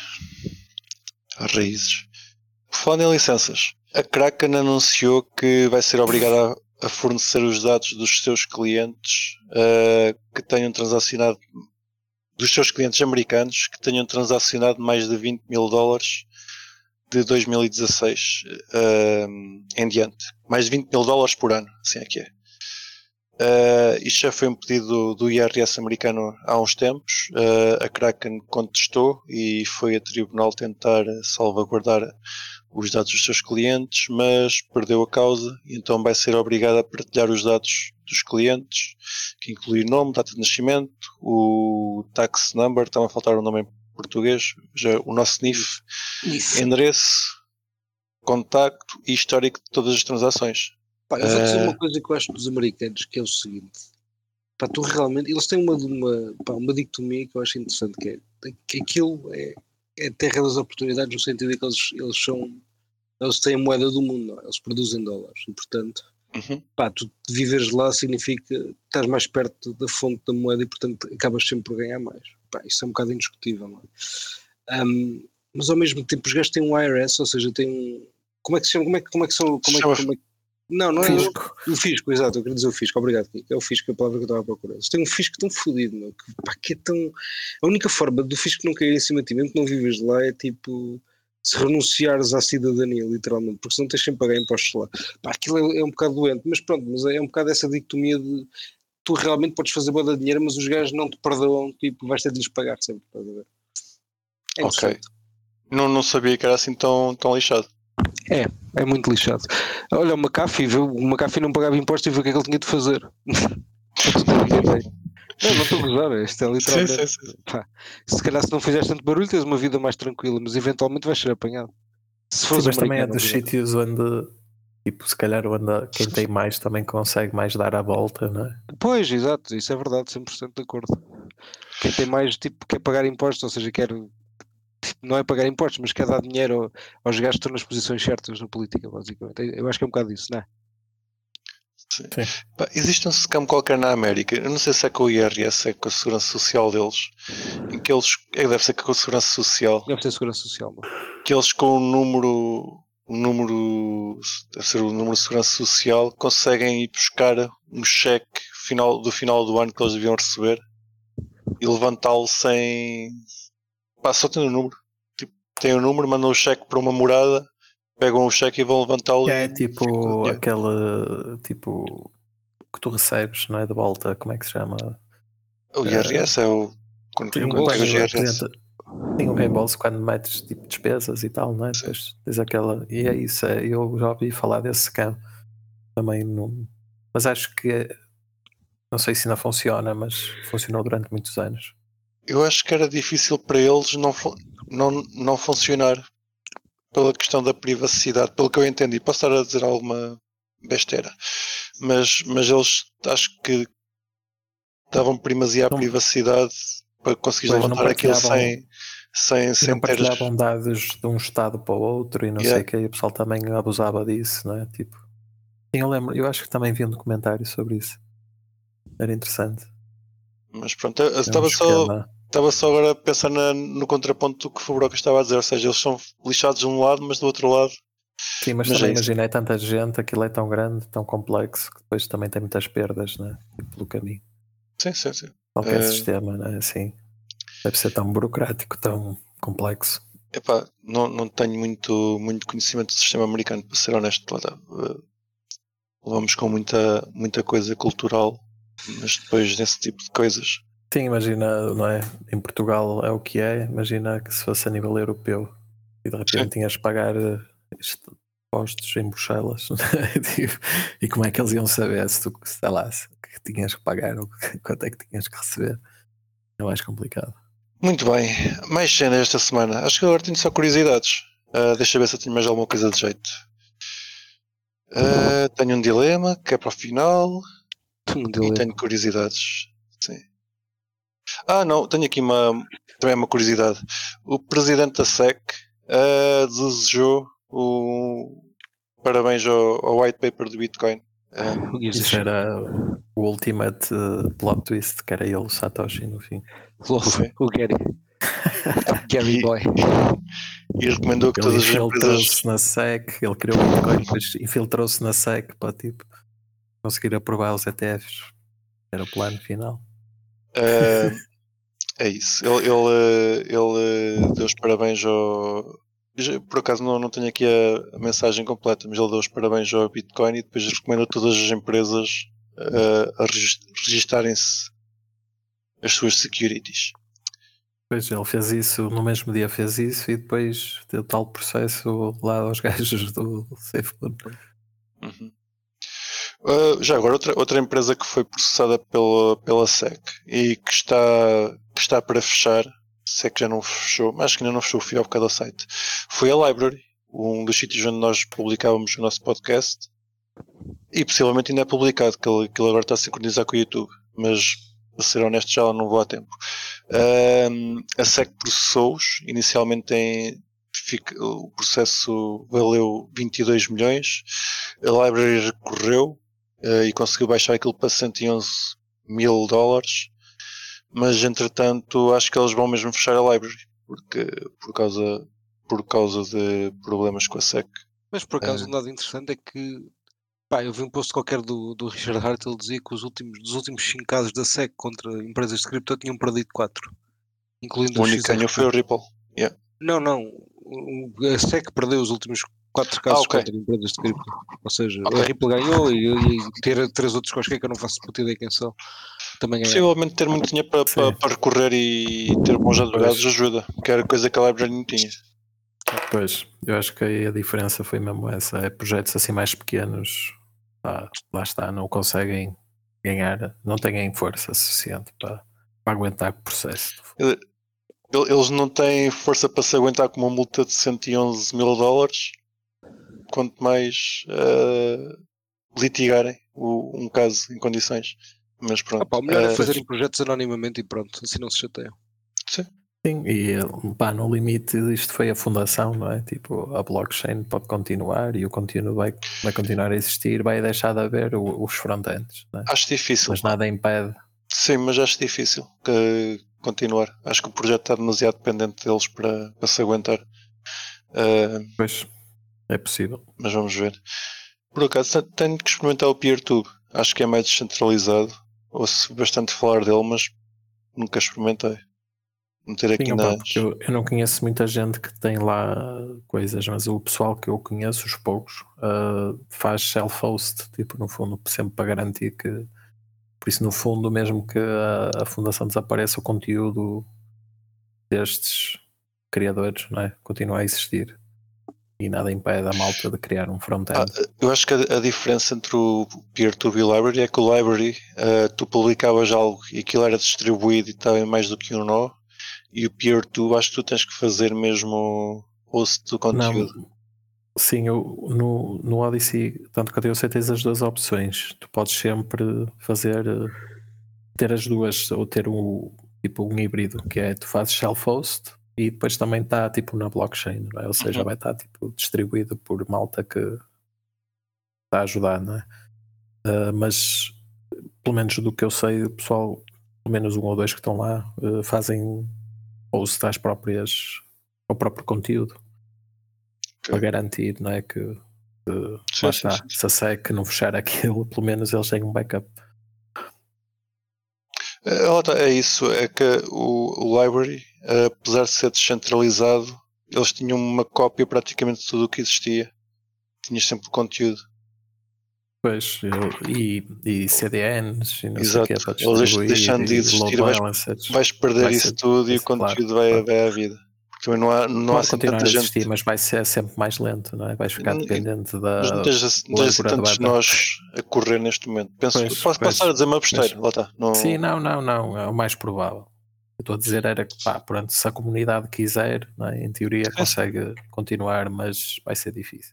Às raízes. Falando em licenças, a Kraken anunciou que vai ser obrigada a, a fornecer os dados dos seus clientes uh, que tenham transacionado, dos seus clientes americanos que tenham transacionado mais de vinte mil dólares de dois mil e dezasseis uh, em diante. Mais de vinte mil dólares por ano, assim é que é. Uh, isto já foi um pedido do, do I R S americano há uns tempos. Uh, a Kraken contestou e foi a tribunal tentar salvaguardar os dados dos seus clientes, mas perdeu a causa e então vai ser obrigada a partilhar os dados dos clientes, que inclui o nome, data de nascimento, o tax number, está a faltar o nome em português, já o nosso N I F, Isso. endereço, contacto e histórico de todas as transações. Pá, eu vou dizer Eh, uma coisa que eu acho dos americanos, que é o seguinte. Pá, tu realmente, eles têm uma, uma, pá, uma dicotomia que eu acho interessante, que é que aquilo é, é a terra das oportunidades, no sentido de que eles, eles são, eles têm a moeda do mundo, não é? Eles produzem dólares, e portanto, uhum. pá, tu viveres lá significa que estás mais perto da fonte da moeda e portanto acabas sempre por ganhar mais. Pá, isso é um bocado indiscutível, não é? Um, mas ao mesmo tempo os gajos têm um I R S, ou seja, têm um, como é que se chama, como é que, como é que são, como é, que- Chama- como é que- não, não é Fisco. o fisco, exato, eu queria dizer o fisco, obrigado, Kiko, é o fisco, a palavra que eu estava a procurar. Eles têm um fisco tão fodido, meu, que, pá, que é tão, a única forma do fisco não cair em cima de ti, mesmo que não vives lá, é tipo, se renunciares à cidadania, literalmente, porque senão tens sempre a pagar impostos lá. Pá, aquilo é, é um bocado doente, mas pronto, mas é um bocado essa dicotomia de tu realmente podes fazer boa de dinheiro, mas os gajos não te perdoam, tipo, vais ter de lhes pagar sempre, estás a ver? É Ok. interessante. Não, não sabia que era assim tão, tão lixado. É, é muito lixado. Olha, o McAfee, viu? O McAfee não pagava impostos e viu o que é que ele tinha de fazer. Para tu teres uma ideia. Não, não estou a gozar, isto é Sim, literalmente. sim, sim. Pá, se calhar se não fizeres tanto barulho tens uma vida mais tranquila, mas eventualmente vais ser apanhado. Se Sim, fores mas também é americano, dos obviamente. sítios onde, tipo, se calhar onde quem tem mais também consegue mais dar a volta, não é? Pois, exato, isso é verdade, cem por cento de acordo. Quem tem mais, tipo, quer pagar impostos, ou seja, quer, tipo, não é pagar impostos, mas quer dar dinheiro ao- aos gajos que estão nas posições certas na política, basicamente. Eu acho que é um bocado isso, não é? Sim. Sim. Pá, existe um scam qualquer na América, eu não sei se é com o I R S, é com a segurança social deles, em que eles, é, deve ser com a segurança social, Deve ter segurança social, não? que eles com o número, o número, deve ser o número de segurança social, conseguem ir buscar um cheque final, do final do ano que eles deviam receber e levantá-lo sem, pá, só tendo o número. Tipo, tem o número, mandam o cheque para uma morada, pegam o cheque e vão levantá-lo É e tipo ficam com o dinheiro. aquele tipo que tu recebes, não é? De volta, como é que se chama? O I R S é o quando, Sim, quando pegas o quando I R S. apresenta, tem um reembolso quando metes tipo despesas e tal, não é? Sim. Depois tens aquela. E é isso, é, eu já ouvi falar desse scam também, não, mas acho que é- não sei se ainda funciona, mas funcionou durante muitos anos. Eu acho que era difícil para eles não, fu- não, não funcionar pela questão da privacidade, pelo que eu entendi. Posso estar a dizer alguma besteira, mas, mas eles acho que davam primazia à Não, privacidade para conseguir pois não levantar aquilo partilhavam, sem, sem, e sem não ter. partilhavam dados de um estado para o outro e não Yeah. sei o que, e o pessoal também abusava disso, não é? Tipo, eu lembro, eu acho que também vi um documentário sobre isso. Era interessante. Mas pronto, eu É um estava só, esquema. estava só agora a pensar na- no contraponto do que o Fubroca estava a dizer, ou seja, eles são lixados de um lado, mas do outro lado. Sim, mas, Mas também é isso. imagina, é tanta gente, aquilo é tão grande, tão complexo, que depois também tem muitas perdas, né? Tipo, pelo caminho. Sim, sim, sim. Qualquer Eh, sistema, né? Assim, deve ser tão burocrático, tão complexo. Epá, não, não tenho muito, muito conhecimento do sistema americano, para ser honesto. Lá, uh, levamos com muita, muita coisa cultural, mas depois desse tipo de coisas. Sim, imagina, não é? Em Portugal é o que é, imagina que se fosse a nível europeu e de repente Sim. tinhas que pagar eh, isto- impostos em Bruxelas Tipo, e como é que eles iam saber se tu, sei lá, se que tinhas que pagar ou quanto é que tinhas que receber? É mais complicado. Muito bem, mais cenas esta semana. Acho que agora tenho só curiosidades. Uh, deixa eu ver se eu tenho mais alguma coisa de jeito. Uh, tenho um dilema que é para o final Um e dilema. tenho curiosidades. Sim. Ah, não, tenho aqui uma, também uma curiosidade. O presidente da S E C uh, desejou o parabéns ao, ao white paper do Bitcoin. Um, Who gives a Isso shit? era o ultimate uh, plot twist, que era ele, o Satoshi, no fim. Lol, Sim. o Gary. Gary E- Boy. e recomendou que Ele todas as empresas. infiltrou-se na S E C, ele criou o Bitcoin, depois infiltrou-se na S E C para tipo, conseguir aprovar os E T Fs. Era o plano final. Uh, é isso. Ele, ele, ele deu os parabéns ao. já- Por acaso não, não tenho aqui a, a mensagem completa, mas ele deu os parabéns ao Bitcoin e depois recomendou todas as empresas uh, a regis- registarem-se as suas securities. Depois ele fez isso, no mesmo dia fez isso e depois deu tal processo lá aos gajos do SafeMoon. Uhum. Uh, já agora, outra, outra empresa que foi processada pela, pela S E C e que está, que está para fechar se é que já não fechou, acho que ainda não fechou, fui ao bocado ao site, foi a Library, um dos sítios onde nós publicávamos o nosso podcast, e possivelmente ainda é publicado, que ele, que ele agora está a sincronizar com o YouTube, mas para ser honesto já não vou a tempo. Um, a S E C processou-os, inicialmente tem, fica, o processo valeu vinte e dois milhões, a Library recorreu uh, e conseguiu baixar aquilo para cento e onze mil dólares, mas entretanto acho que eles vão mesmo fechar a Library, porque, por, causa, por causa de problemas com a S E C. Mas por acaso É. um dado interessante é que pá, eu vi um post qualquer do, do Richard Hart, ele dizia que os últimos, dos últimos cinco casos da S E C contra empresas de cripto tinham perdido quatro, incluindo O os único que ganhou X R P. foi o Ripple. Yeah. Não, não. o- A S E C perdeu os últimos quatro casos Ah, ok. contra empresas de cripto. Ou seja, Ok. a Ripple ganhou e, e ter três outros quaisquer que eu não faço puta ideia quem são. Também ganharam. Possivelmente ter muito dinheiro para, para, Sim. para recorrer e ter bons advogados Pois. ajuda, que era coisa que a Library não tinha. Pois, eu acho que aí a diferença foi mesmo essa. É projetos assim mais pequenos, pá, lá está, não conseguem ganhar, não têm força suficiente para, para aguentar o processo. Ele- Eles não têm força para se aguentar com uma multa de cento e onze mil dólares, quanto mais uh, litigarem o, um caso em condições. Mas Ah, pronto. pá, o melhor é eh, fazerem projetos anonimamente e pronto, assim não se chateiam. sim. Sim, e pá, no limite isto foi a fundação, não é? Tipo, a blockchain pode continuar e o conteúdo vai, vai continuar a existir, vai deixar de haver o- os front-ends, não é? Acho difícil. Mas nada impede. Sim, mas acho difícil que continuar. Acho que o projeto está demasiado dependente deles para, para se aguentar. Eh, Pois, é possível. mas vamos ver. Por acaso tenho que experimentar o PeerTube. Acho que é mais descentralizado. Ouço bastante falar dele, mas nunca experimentei. Meter aqui Sim, opa, nas... porque eu, eu não conheço muita gente que tem lá coisas, mas o pessoal que eu conheço, os poucos, uh, faz self-host, tipo, no fundo, sempre para garantir que, por isso, no fundo, mesmo que a, a fundação desapareça, o conteúdo destes criadores, não é? Continua a existir e nada impede a malta de criar um Ah, front-end. eu acho que a, a diferença entre o PeerTube e o Library é que o Library uh, tu publicavas algo e aquilo era distribuído e estava em mais do que um nó, e o PeerTube acho que tu tens que fazer mesmo host do conteúdo. Não, sim, eu, no, no Odyssey, tanto que eu sei, tens as duas opções. Tu podes sempre fazer, eh, ter as duas, ou ter um, tipo um híbrido, que é tu fazes self-host e depois também está tipo na blockchain, não é? Ou seja, Uhum. vai estar tipo distribuído por malta que está a ajudar, não é? Uh, mas pelo menos do que eu sei, o pessoal, pelo menos um ou dois que estão lá, uh, fazem host às próprias, ao próprio conteúdo. Ok. Para garantir, não é? Que, que Sim, lá sim, está, sim, sim. se a S E C não fechar aquilo, pelo menos eles têm um backup. Eh, lá está, é isso, é que o, o Library, eh, apesar de ser descentralizado, eles tinham uma cópia praticamente de tudo o que existia. Tinhas sempre o conteúdo. Pois, eu- e, e C D Ns e não Exato. sei o que para Eles deix- distribuir, deixando de e existir, load vais, balancers. vais perder Vai isso ser- tudo vai e o ser- claro, conteúdo vai, claro. vai à vida. Porque também não há, não há Pode assim continuar tanta a gente. existir, mas vai ser sempre mais lento, não é? Vais ficar Hum, dependente Mas não da tens, assim- não tens assim largura da tantos banda. nós a correr neste momento. Penso, Pois, posso, posso pois, estar a dizer uma besteira, pois. lá está. Não, Sim, não, não, não, é o mais provável. Eu estou a dizer era que, pá, pronto, se a comunidade quiser, não é? Em teoria Sim, sim. consegue continuar, mas vai ser difícil.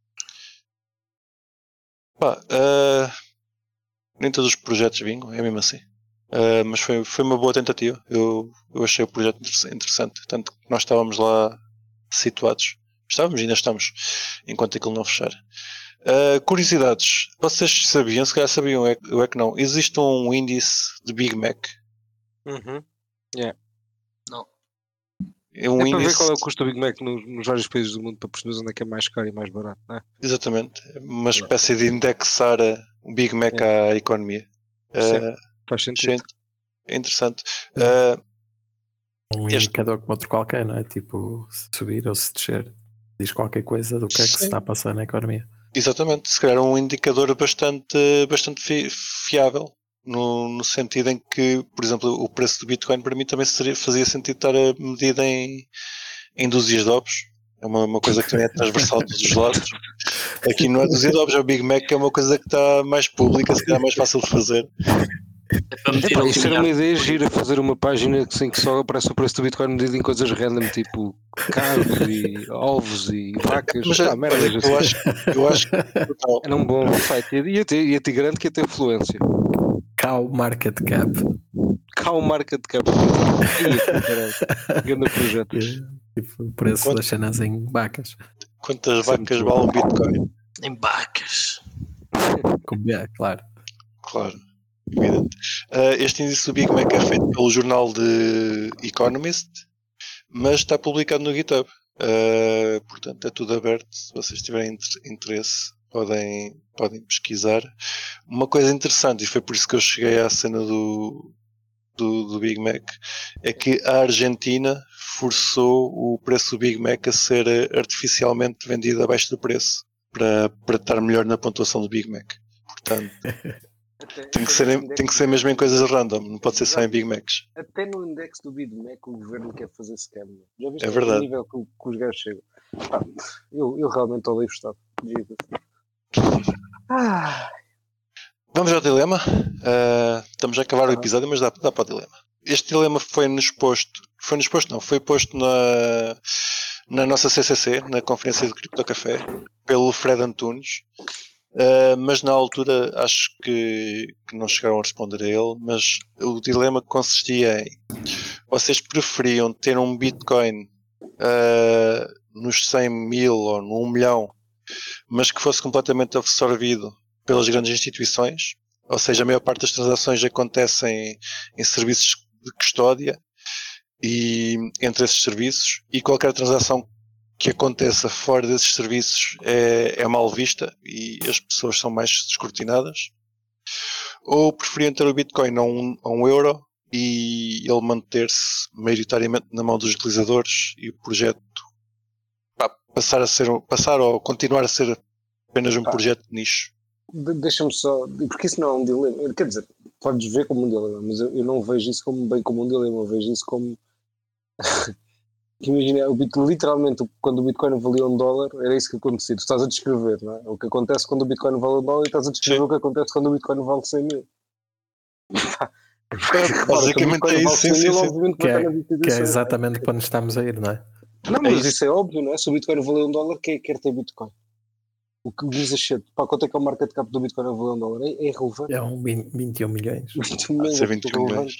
Pá, eh, nem todos os projetos vingam, é mesmo assim. Eh, mas foi, foi uma boa tentativa. Eu, eu achei o projeto interess- interessante. Tanto que nós estávamos lá situados. Estávamos e ainda estamos, enquanto aquilo não fechar. Eh, curiosidades. Vocês sabiam, se calhar sabiam, é- eu é que não. Existe um índice de Big Mac. Uhum. Não. É um É para ver índice. qual é o custo do Big Mac nos, nos vários países do mundo para perceber onde é que é mais caro e mais barato, não é? Exatamente. Uma espécie de indexar eh, o Big Mac à economia. Sim. Eh, Faz sentido. gente, é interessante. Eh, Um Este- indicador como outro qualquer, não é? Tipo, se subir ou se descer, diz qualquer coisa do que é que Sim. se está a passar na economia. Exatamente, se calhar um indicador bastante, bastante fi- fiável, no, no sentido em que, por exemplo, o preço do Bitcoin para mim também seria, fazia sentido estar a medida em, em dúzias de ovos. É uma, uma coisa que também é transversal de todos os lados. Aqui não é dúzia de ovos, é o Big Mac, que é uma coisa que está mais pública, se calhar mais fácil de fazer. É para meter Epá, ali isso era uma milhares. ideia gira, fazer uma página que, sim, que só aparece o preço do Bitcoin medido em coisas random, tipo carros e ovos e vacas. Mas Pá, olha, merdas eu assim. acho, eu acho que total. Era um bom site. Ia ter, ia ter grande que ia ter influência. Cow Market Cap. Cá o market cap. Ia, caralho. Grande projeto. Tipo, o preço Quanto- das cenas em vacas. quantas Isso é vacas muito valem um Bitcoin? Em vacas. Com B, claro. Claro, evidente. Uh, este índice do Big Mac é feito pelo jornal de Economist, mas está publicado no GitHub. Uh, portanto, é tudo aberto. Se vocês tiverem interesse, podem, podem pesquisar. Uma coisa interessante, e foi por isso que eu cheguei à cena do, do, do Big Mac, é que a Argentina forçou o preço do Big Mac a ser artificialmente vendido abaixo do preço, para, para estar melhor na pontuação do Big Mac. Portanto, Até, tem que, até ser, no em- index tem que do- ser mesmo em coisas random, não pode ser só em Big Macs. Até no index do Big Mac o governo quer fazer scam. meu. Já viste É o verdade. nível que, que os gajos chegam? Pá, eu, eu realmente odeio o Estado. Jesus. Ah, Vamos ao dilema. Uh, estamos a acabar o Aham. episódio, mas dá, dá para o dilema. Este dilema foi-nos posto, foi-nos posto não, foi posto na, na nossa C C C, na Conferência de Cripto Café, pelo Fred Antunes. Uh, mas na altura acho que, que não chegaram a responder a ele, mas o dilema consistia em: vocês preferiam ter um Bitcoin uh, nos cem mil ou no um milhão, mas que fosse completamente absorvido pelas grandes instituições, ou seja, a maior parte das transações acontecem em serviços de custódia e entre esses serviços, e qualquer transação que aconteça fora desses serviços é, é mal vista e as pessoas são mais escrutinadas? Ou preferiam ter o Bitcoin a um, a um euro e ele manter-se maioritariamente na mão dos utilizadores e o projeto pá, passar a ser, passar ou continuar a ser apenas um Pá. projeto de nicho? de- deixa-me só. Porque isso não é um dilema. Quer dizer, podes ver como um dilema, mas eu, eu não vejo isso como bem como um dilema. Eu vejo isso como. Imagina, o Bitcoin, literalmente, quando o Bitcoin valia um dólar, era isso que acontecia. Tu estás a descrever, não é? O que acontece quando o Bitcoin vale um dólar e estás a descrever Sim. o que acontece quando o Bitcoin vale cem mil. Porque, É, repara, se o basicamente Bitcoin é vale isso, sim, cem mil, sim, sim. obviamente Que vai estar é, nas que é instituições. exatamente para onde estamos a ir, não é? Não, É mas isso. isso é óbvio, não é? Se o Bitcoin valer um dólar, quem é que quer ter Bitcoin? O que diz a shit? Pá, quanto é que é o market cap do Bitcoin a valer um dólar? É, é irrelevante. É um vinte, vinte e um milhões. vinte e um Há de milhões ser é vinte e um irrelevante.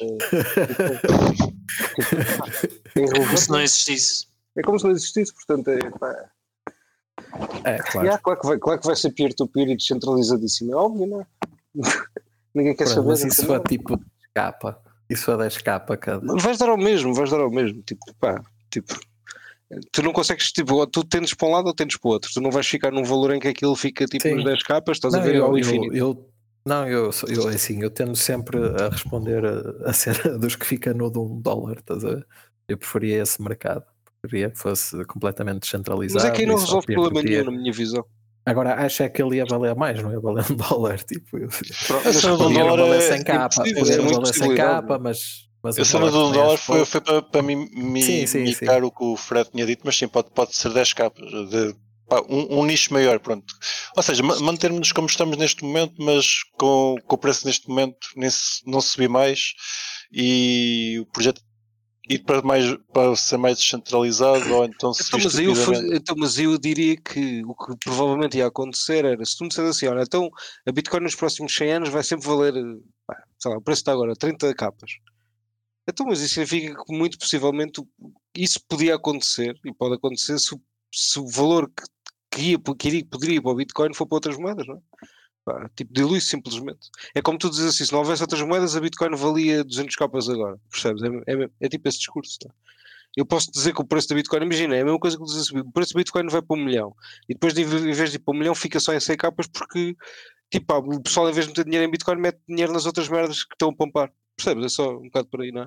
É, é Como irrelevante. se não existisse. É como se não existisse, portanto, é, pá. É, claro. Yeah, claro, que vai, claro que vai ser peer-to-peer e descentralizadíssimo, é óbvio, não é? Ninguém quer Pronto, saber. mas dessa isso for merda. tipo capa. Isso for dez capa cada. Vais dar ao mesmo, vais dar ao mesmo. Tipo, pá, tipo, tu não consegues, tipo, ou tu tendes para um lado ou tendes para o outro. Tu não vais ficar num valor em que aquilo fica tipo Sim. nos dez capas, estás Não, a ver eu, ao eu, infinito. eu- não, eu, sou- eu assim, eu tendo sempre a responder a, a cena dos que fica no de um dólar, estás a ver? Eu preferia esse mercado. Preferia que fosse completamente descentralizado. Mas é que aí não e só resolve problema peer-to-peer. nenhum, na minha visão. Agora, acho é que ele ia valer mais, não ia valer um dólar. Tipo, eu, Pronto, A mas cena de um repara, podia não dólar valer é sem capa, impossível, podia é não muito valer sem possibilidade, capa, não. mas, mas A um cena dólar de um também dólar acho foi, pouco. foi para, para mi- mi- Sim, sim, imitar sim. o que o Fred tinha dito, mas sim, pode, pode ser dez capas, de, pá, um, um nicho maior, pronto. Ou seja, ma- mantermos como estamos neste momento, mas com, com o preço neste momento nem se- não subir mais e o projeto ir para, mais, para ser mais descentralizado ou então se Então vir mas, eu, faz- estupidamente. então, mas eu diria que o que provavelmente ia acontecer era, se tu me disseres assim, olha, então a Bitcoin nos próximos cem anos vai sempre valer, pá, sei lá, o preço está agora, trinta capas. Então, mas isso significa que muito possivelmente o- isso podia acontecer, e pode acontecer se, o- se o valor que, que, ia, que iria, poderia ir para o Bitcoin for para outras moedas, não é? Pá, tipo, dilui-se simplesmente. É como tu dizes assim, se não houvesse outras moedas, a Bitcoin valia duzentos capas agora, percebes? É, é, é tipo esse discurso, tá? Eu posso dizer que o preço da Bitcoin, imagina, é a mesma coisa que dizer assim, o preço da Bitcoin vai para um milhão, e depois de, em vez de ir para um milhão fica só em cem capas porque, tipo, pá, o pessoal em vez de meter dinheiro em Bitcoin mete dinheiro nas outras merdas que estão a pompar. Percebes? É só um bocado por aí, não é?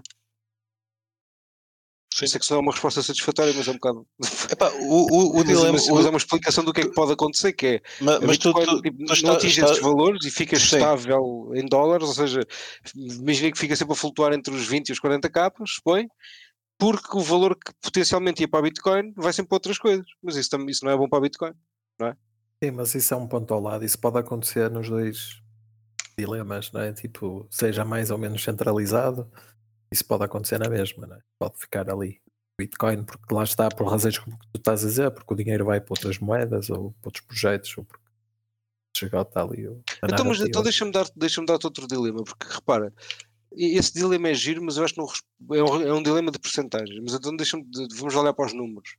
Sim. Sei que isso não é uma resposta satisfatória, mas é um bocado. Epá, o, o, o mas, dilema. mas, o- mas é uma explicação do que é que pode acontecer, que é ma- a mas tu, Bitcoin tu, tipo, tu não está, atinge está- esses valores e fica Sim. estável em dólares, ou seja, imagina que fica sempre a flutuar entre os vinte e os quarenta capas, supõe, porque o valor que potencialmente ia para a Bitcoin vai sempre para outras coisas. Mas isso, também, isso não é bom para a Bitcoin. Sim, mas isso é um ponto ao lado. Isso pode acontecer nos dois, dilemas, não é? Tipo, seja mais ou menos centralizado, isso pode acontecer na mesma, não é? Pode ficar ali Bitcoin, porque lá está, por razões como tu estás a dizer, porque o dinheiro vai para outras moedas ou para outros projetos, ou porque chegou está ali o- a Então, mas narrativa. então deixa-me dar, deixa-me dar-te outro dilema, porque repara, e- esse dilema é giro, mas eu acho que não, res- é, um, é um dilema de percentagens. Mas então deixa-me, de- vamos olhar para os números.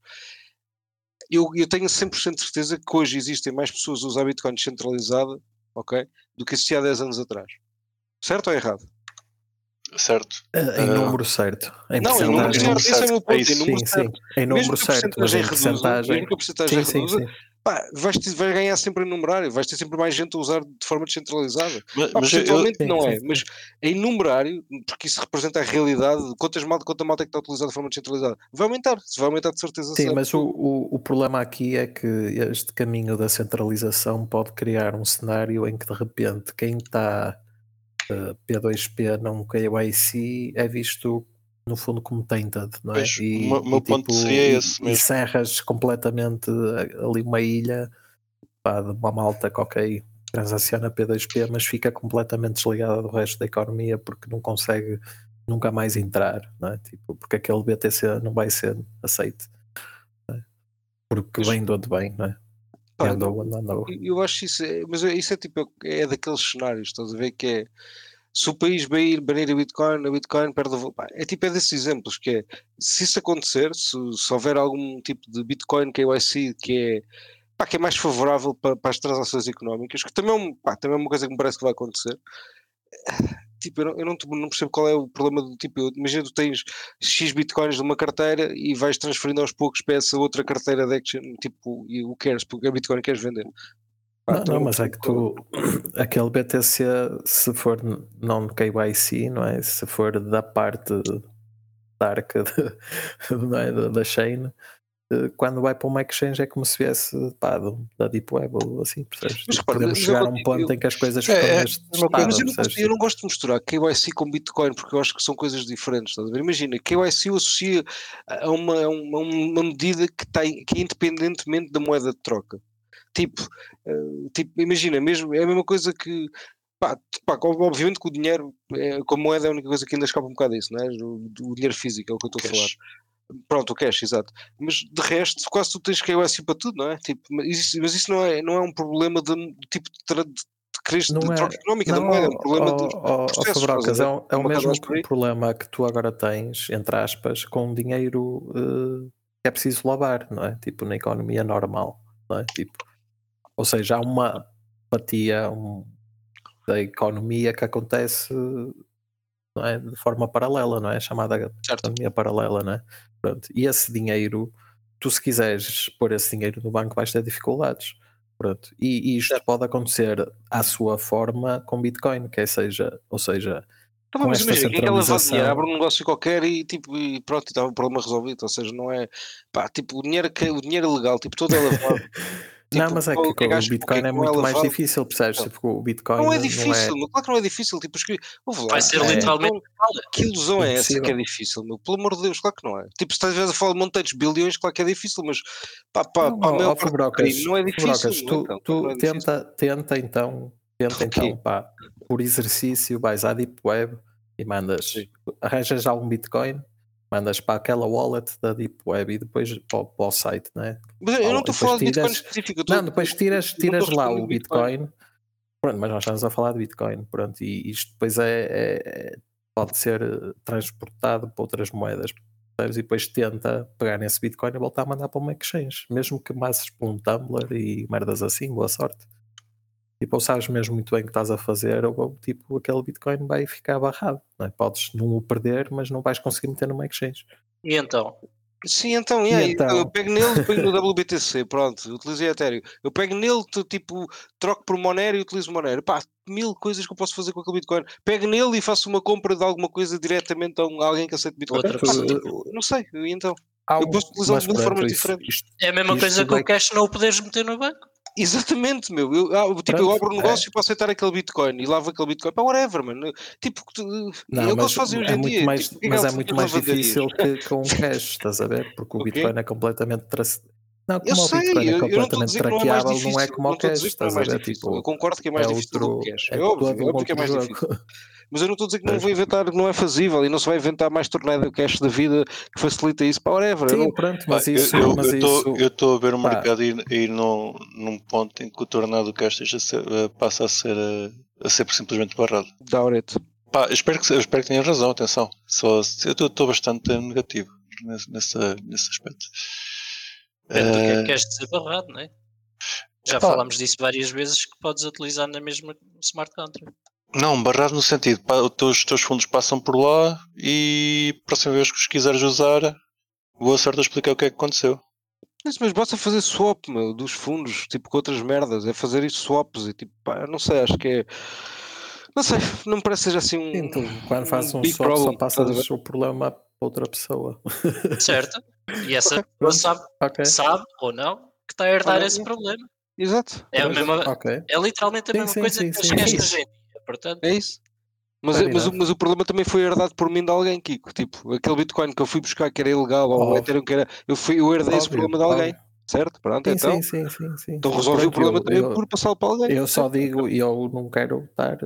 Eu, eu tenho cem por cento de certeza que hoje existem mais pessoas a usar Bitcoin descentralizada, ok, do que existia há dez anos atrás. Certo ou errado? Certo? Eh, Em Ah, número certo, em Não, em número percentagem. número certo, esse é o meu certo, é ponto, em isso. número Sim, certo. sim, em Mesmo número que a certo, mas percentagem em reduza, percentagem. mesmo que a percentagem Sim, sim, reduza, sim. pá, vais, ter- vais ganhar sempre em numerário, vais ter sempre mais gente a usar de forma descentralizada. Mas, Pá, mas eu, eu- percentualmente Sim, não sim, é, sim. mas em numerário, porque isso representa a realidade, quantas malta, quanta malta é que está utilizada de forma descentralizada, vai aumentar, se vai aumentar de certeza. Sim, se- mas o, o, o problema aqui é que este caminho da centralização pode criar um cenário em que de repente quem está uh, P dois P num K Y C é visto no fundo como tainted, não é? pois, o E, meu, o meu e, ponto tipo, seria e, esse e mesmo. cerras completamente ali uma ilha, pá, de uma malta que ok, transaciona P dois P, mas fica completamente desligada do resto da economia porque não consegue nunca mais entrar, não é? Tipo, porque aquele B T C não vai ser aceito, não é? Porque Mas, vem de onde vem, não é? E pá, andou não, onde andou. eu eu acho isso, é- mas é- isso é tipo, é daqueles cenários, estás a ver, que é, se o país banir, banir a Bitcoin, a Bitcoin perde o valor. Pá, é tipo, é desses exemplos, que é, se isso acontecer, se, se houver algum tipo de Bitcoin K Y C que é, pá, que é mais favorável para, para as transações económicas, que também é, um, pá, também é uma coisa que me parece que vai acontecer. Tipo, eu não, eu não, não percebo qual é o problema do tipo, eu- imagina tu tens X bitcoins numa carteira e vais transferindo aos poucos para essa outra carteira de action, tipo, e o queres, porque é Bitcoin que queres vender. Pá, Não, também não, não mas é percebo que qual tu, aquele B T C, se for não K Y C, não é? Se for da parte dark de, não é? da, da chain, eh, quando vai para uma exchange é como se viesse pá, do- da Deep Web ou assim, percebes? Mas Tipo, repara, podemos mas eu chegar a vou um te- ponto eu- em que as coisas É, ficam é neste a mesma coisa. Mas estado, eu não, gosto, percebes? eu não gosto de misturar K Y C com Bitcoin porque eu acho que são coisas diferentes. Estás a ver? Imagina, K Y C eu associo a uma, a uma, uma medida que, tem, que é independentemente da moeda de troca. Tipo, eh, tipo, imagina, mesmo, é a mesma coisa que. Pá, t- pá, ob- obviamente que o dinheiro, é, com a moeda, é a única coisa que ainda escapa um bocado disso, não é? O, o dinheiro físico é o que eu estou a falar. Cash. Pronto, o cash, exato. Mas de resto, quase tu tens K Y C para tudo, não é? Tipo, mas isso, mas isso não, é, não é um problema de, de tipo de, tra- de, de, quereres- de Não troca é, económica da não, moeda, é um ó problema de ó- ó- ó, processos, estás a Fabrocas, é, ver? o- é É o um bocado mais mesmo por aí. problema que tu agora tens, entre aspas, com dinheiro eh, que é preciso lavar, não é? Tipo, na economia normal, não é? Tipo, ou seja, há uma fatia um, da economia que acontece, não é? De forma paralela, não é? Chamada Certo. economia paralela, não é? Pronto. E esse dinheiro, tu se quiseres pôr esse dinheiro no banco vais ter dificuldades. Pronto. E, e isto Certo. pode acontecer à sua forma com Bitcoin, que é seja, ou seja, Tá bem, com mas esta imagina, quem é que ela vai dinheiro? Abre centralização. um negócio qualquer e, tipo, e pronto, e está o problema resolvido. Ou seja, não é. Pá, tipo, o dinheiro, que, o dinheiro legal, tipo, todo é lavado. Não, Tipo, mas é qual- que o que é com que o achas que o que é Bitcoin que é não é muito mais lavado? difícil, percebes? Então, Tipo, o não Bitcoin é não é, difícil, meu, claro que não é difícil. Tipo, escrevi, ouve lá, Vai ser que, é literalmente ilusão, igual. que ilusão é essa que é impossível. difícil, meu? Pelo amor de Deus, claro que não é. Tipo, se estás a falar de montantes, bilhões, claro que é difícil, mas pá, pá, Não, para a maior ó, ó, parte do crime Fubrocas, não é difícil, Fubrocas, não é? tu, Então, claro que não tu é difícil. tenta, tenta então, tenta O quê? então, pá, por exercício, vais à Deep Web e mandas, Sim. arranjas algum Bitcoin, mandas para aquela wallet da Deep Web e depois para, o- para o site, né? Mas eu não Ao- estou a Depois falar de Bitcoin tiras, específico, eu estou, não, depois tiras, eu não estou tiras a lá responder o de Bitcoin. Bitcoin, pronto, mas nós estamos a falar de Bitcoin, pronto, e isto depois é, é- é- pode ser eh, transportado para outras moedas, percebes? E depois tenta pegar nesse Bitcoin e voltar a mandar para uma exchange, mesmo que masses para um Tumblr e merdas assim, boa sorte. Tipo, ou sabes mesmo muito bem o que estás a fazer, ou, ou, tipo, aquele Bitcoin vai ficar barrado, não é? Podes não o perder, mas não vais conseguir meter numa exchange. E então? Sim, então, E yeah, então? eu pego nele e ponho no W B T C, pronto, utilizei Ethereum. Eu pego nele, tu, tipo, troco por Monero e utilizo Monero. Pá, mil coisas que eu posso fazer com aquele Bitcoin. Pego nele e faço uma compra de alguma coisa diretamente a um- a alguém que aceita Bitcoin. Outra Pá, pessoa. tipo, não sei, e então. Há Eu um- posso utilizá-lo mas de mil pronto, formas isso, diferentes. isto, É a mesma isto coisa que vai- o cash não o poderes meter no banco. Exatamente, meu. Eu, ah, tipo, eu Pronto, abro um negócio para aceitar aquele Bitcoin e lavo aquele Bitcoin. Pá, whatever, mano. Tipo, tu- não, é o que mas eles fazem hoje é em muito dia. mais, Tipo, o que é que mas ela- é o que é muito que mais lavanderias? difícil que com um cash, estás a ver? Porque o O quê? Bitcoin é completamente trace- Não, Eu como o sei, Bitcoin é eu, eu não estou a completamente dizer que não é mais traqueável, difícil. não é como não o estou a cash, dizer que não é estás a mais ver? difícil. Tipo, Eu concordo que é mais é difícil do outro, que cash. é É óbvio, todo é um óbvio que é outro mais jogo. difícil. Mas eu não estou a dizer que não Pois. vou inventar que não é fazível e não se vai inventar mais tornado cash da vida que facilita isso para whatever. Eu Sim, não... pronto, Pá, mas eu isso, eu- mas eu estou isso, eu estou a ver o pá, mercado ir, ir num, num ponto em que o tornado cash esteja a ser- eh, passa a ser, eh, a ser simplesmente barrado. Doubt it. Pá, eu espero que, eu espero que tenhas razão, atenção. Só, eu estou- estou bastante negativo nesse, nessa- nesse aspecto. Depende do que é que Eh, queres dizer barrado, não é? Já pá, falámos disso várias vezes que podes utilizar na mesma smart contract. não, barrado no sentido, pá, os teus, os teus fundos passam por lá e próxima vez que os quiseres usar, vou acertar a explicar o que é que aconteceu. Isso, mas basta fazer swap, meu, dos fundos, tipo com outras merdas. É fazer isso swaps e tipo, pá, eu não sei, acho que é. Não sei, não me parece que seja assim sim, um, tu, quando fazes um um big swap só problem. Estás a ver? passas o problema para outra pessoa. Certo? E essa Ok, pessoa Pronto, sabe, ok, sabe ou não que está a herdar Olha, esse problema. exato, É, a pronto, mesma, ok. é literalmente a Sim, mesma sim, coisa sim, que as sim, cash é hoje isso. em dia. Portanto, É isso. Mas, fair mas, o- enough. mas o problema também foi herdado por mim de alguém, Kiko. Tipo, aquele Bitcoin que eu fui buscar que era ilegal, ou o Óbvio, Ethereum que era. Eu, fui, eu herdei esse óbvio, problema de alguém, óbvio. certo? Pronto, Sim, então. sim, sim, sim, sim, Então sim. resolvi o Pronto, problema eu, também eu, por passá-lo para alguém. eu só certo? digo, eu não quero estar,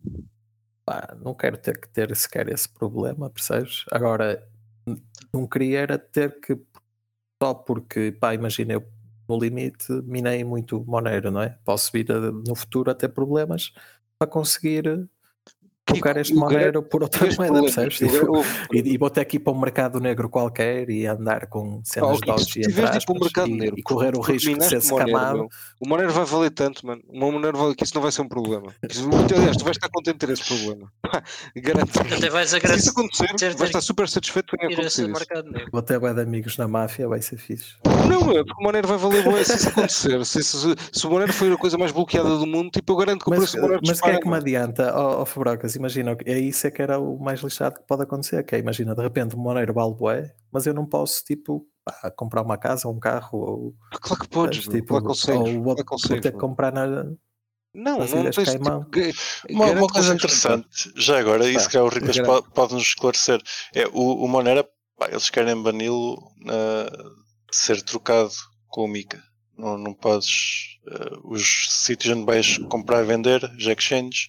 pá, não quero ter que ter sequer esse problema, percebes? Agora, n- não queria era ter que, só porque, pá, imagina, eu no limite minei muito Monero, não é? Posso vir a- no futuro a ter problemas para conseguir trocar Kiko, este eu garanto Monero por que outra tiveste moeda, problemas. percebes? Eu, gar- Tipo, houve, e, e vou ter que ir para um mercado negro qualquer e andar com pá, cenas ok, se tu dodgy, entre tiveres de ir para o aspas, mercado e, negro e porque, correr o porque risco de ser minaste Monero, scamado. meu, o Monero vai valer tanto, mano. O Monero vale que isso não vai ser um problema. Que isso- aliás, tu vais estar contente de ter esse problema. Pá, garanto. até vais Se isso agradecer acontecer, vais ter estar que super satisfeito por ter ir a esse acontecido isso. mercado negro. Vou ter bué de amigos na máfia, vai ser fixe. Não, meu, porque o Monero vai valer bué se isso acontecer. Se, se, se o Monero for a coisa mais bloqueada do mundo, tipo, eu garanto que o Mas, preço do Monero mas o que é dispara, que me meu. adianta, ó oh, Fabrocas, imagina, é isso é que era o mais lixado que pode acontecer, que é, imagina, de repente o Monero vale bué, mas eu não posso, tipo, pá, comprar uma casa ou um carro, ou, Claro que podes, sabes, meu. Claro que tipo, consegues. ou vou, Claro que vou consegues, ter que meu. comprar na, Não, nas não Ilhas tens tipo. Caimão. ga- Uma, uma Garanto que coisa consegues comprar. interessante, já agora, e se Pá, calhar o Riclas garanto. pode, pode nos esclarecer, é o, o Monero, pá, eles querem bani-lo na- de ser trocado com o Mica. Não, não podes. eh, os sítios onde vais comprar e vender, os exchanges,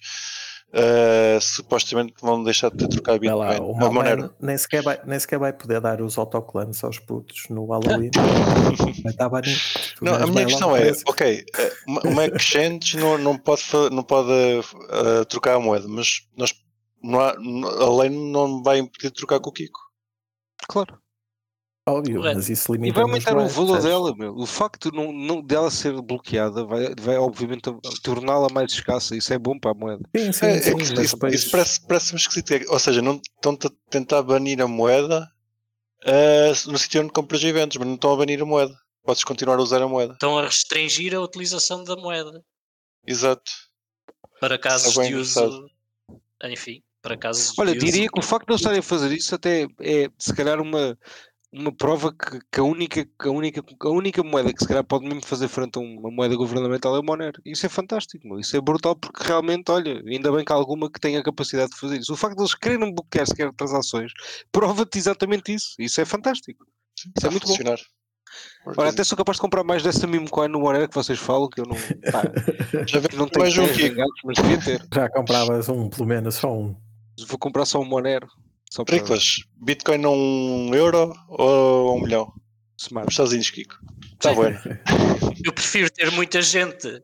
eh, supostamente vão deixar de ter trocado Vê lá, Bitcoin. o A Monero. Malman nem sequer, vai, nem sequer vai poder dar os autoclanes aos putos no Halloween. Vai estar banido. O Não, a gajo minha vai logo questão é, preso. ok, eh, uma, uma exchange não, não pode, fa- não pode eh, trocar a moeda, mas nós, não há, n- a lei não vai impedir de trocar com o Kiko. Claro. Óbvio, Correto. mas isso E vai limita-nos aumentar o bué, valor percebes? dela, meu. O facto de não, não, dela ser bloqueada vai, vai obviamente torná-la mais escassa. Isso é bom para a moeda. Sim, É, sim, é sim, que mas isso, isso depois... parece, parece-me esquisito. É- Ou seja, não estão a tentar banir a moeda eh, no sítio onde compras eventos, mas não estão a banir a moeda. Podes continuar a usar a moeda. Estão a restringir a utilização da moeda Exato. para Isso é casos bem de engraçado. uso. Enfim, para casos Olha, de uso. diria que o facto de eles estarem a fazer isso até é, se calhar, uma, uma prova que, que, a única, que a, única, a única moeda que se calhar pode mesmo fazer frente a uma moeda governamental é o Monero. Isso é fantástico, meu. Isso é brutal porque realmente, olha, ainda bem que há alguma que tenha a capacidade de fazer isso. O facto de eles quererem bloquear sequer transações prova-te exatamente isso. Isso é fantástico. Isso Está é a muito bom. funcionar. Olha, até sou capaz de comprar mais dessa meme coin no Monero que vocês falam, que eu não, pá, Já que não vemos tenho mais um pés nem Kiko. gatos, mas devia ter. Já compravas um, pelo menos só um. Vou comprar só um Monero, só para Riclas, Bitcoin a um euro ou a um milhão? smart. Os Estados Unidos, Kiko. Está Sim. bueno. Eu prefiro ter muita gente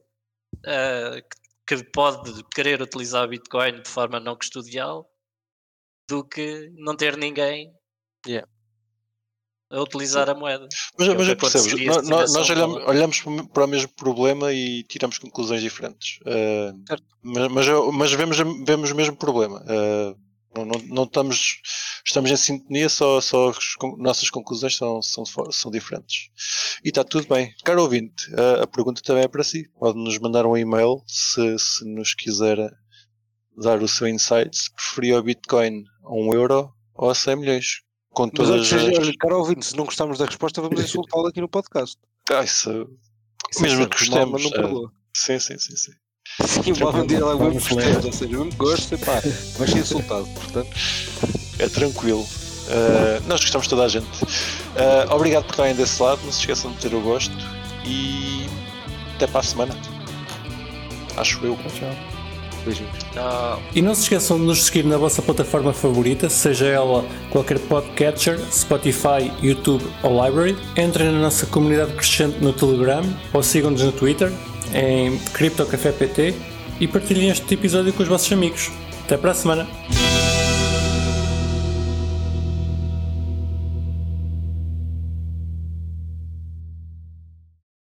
ah, que que pode querer utilizar Bitcoin de forma não custodial do que não ter ninguém Yeah. a utilizar a moeda. Mas, Que é o mas que eu percebo, aconteceria nós, se tivesse nós um olhamos, dólar. olhamos para o mesmo problema e tiramos conclusões diferentes. Uh, Certo. mas mas, eu- mas vemos, vemos o mesmo problema. Uh, não, não, não estamos, estamos em sintonia, só, só as con- nossas conclusões são, são, fo- são diferentes. E está tudo bem. Caro ouvinte, a, a pergunta também é para si. Pode nos mandar um e-mail se, se nos quiser dar o seu insight, se preferia o Bitcoin a um euro ou a cem milhões. Com Mas olha, todas seja, as... olha, caro ouvinte, se não gostarmos da resposta, vamos insultá-lo aqui no podcast. Ah, isso, Isso mesmo é que certo, o Malman gostemos. não uh, perdoa. sim, sim, sim, sim. Sim, o Malman diz lá, mesmo Vamos que ler. gostemos, ou seja, mesmo que gosto, pá, vais ser insultado, portanto. É tranquilo. Uh, nós gostamos de toda a gente. Uh, obrigado por estarem desse lado. Não se esqueçam de ter o gosto. E até para a semana. Acho eu. Tchau. Beijinhos. E não se esqueçam de nos seguir na vossa plataforma favorita, seja ela qualquer podcatcher, Spotify, YouTube ou Library. Entrem na nossa comunidade crescente no Telegram ou sigam-nos no Twitter em CryptoCafé P T e partilhem este episódio com os vossos amigos. Até para a semana!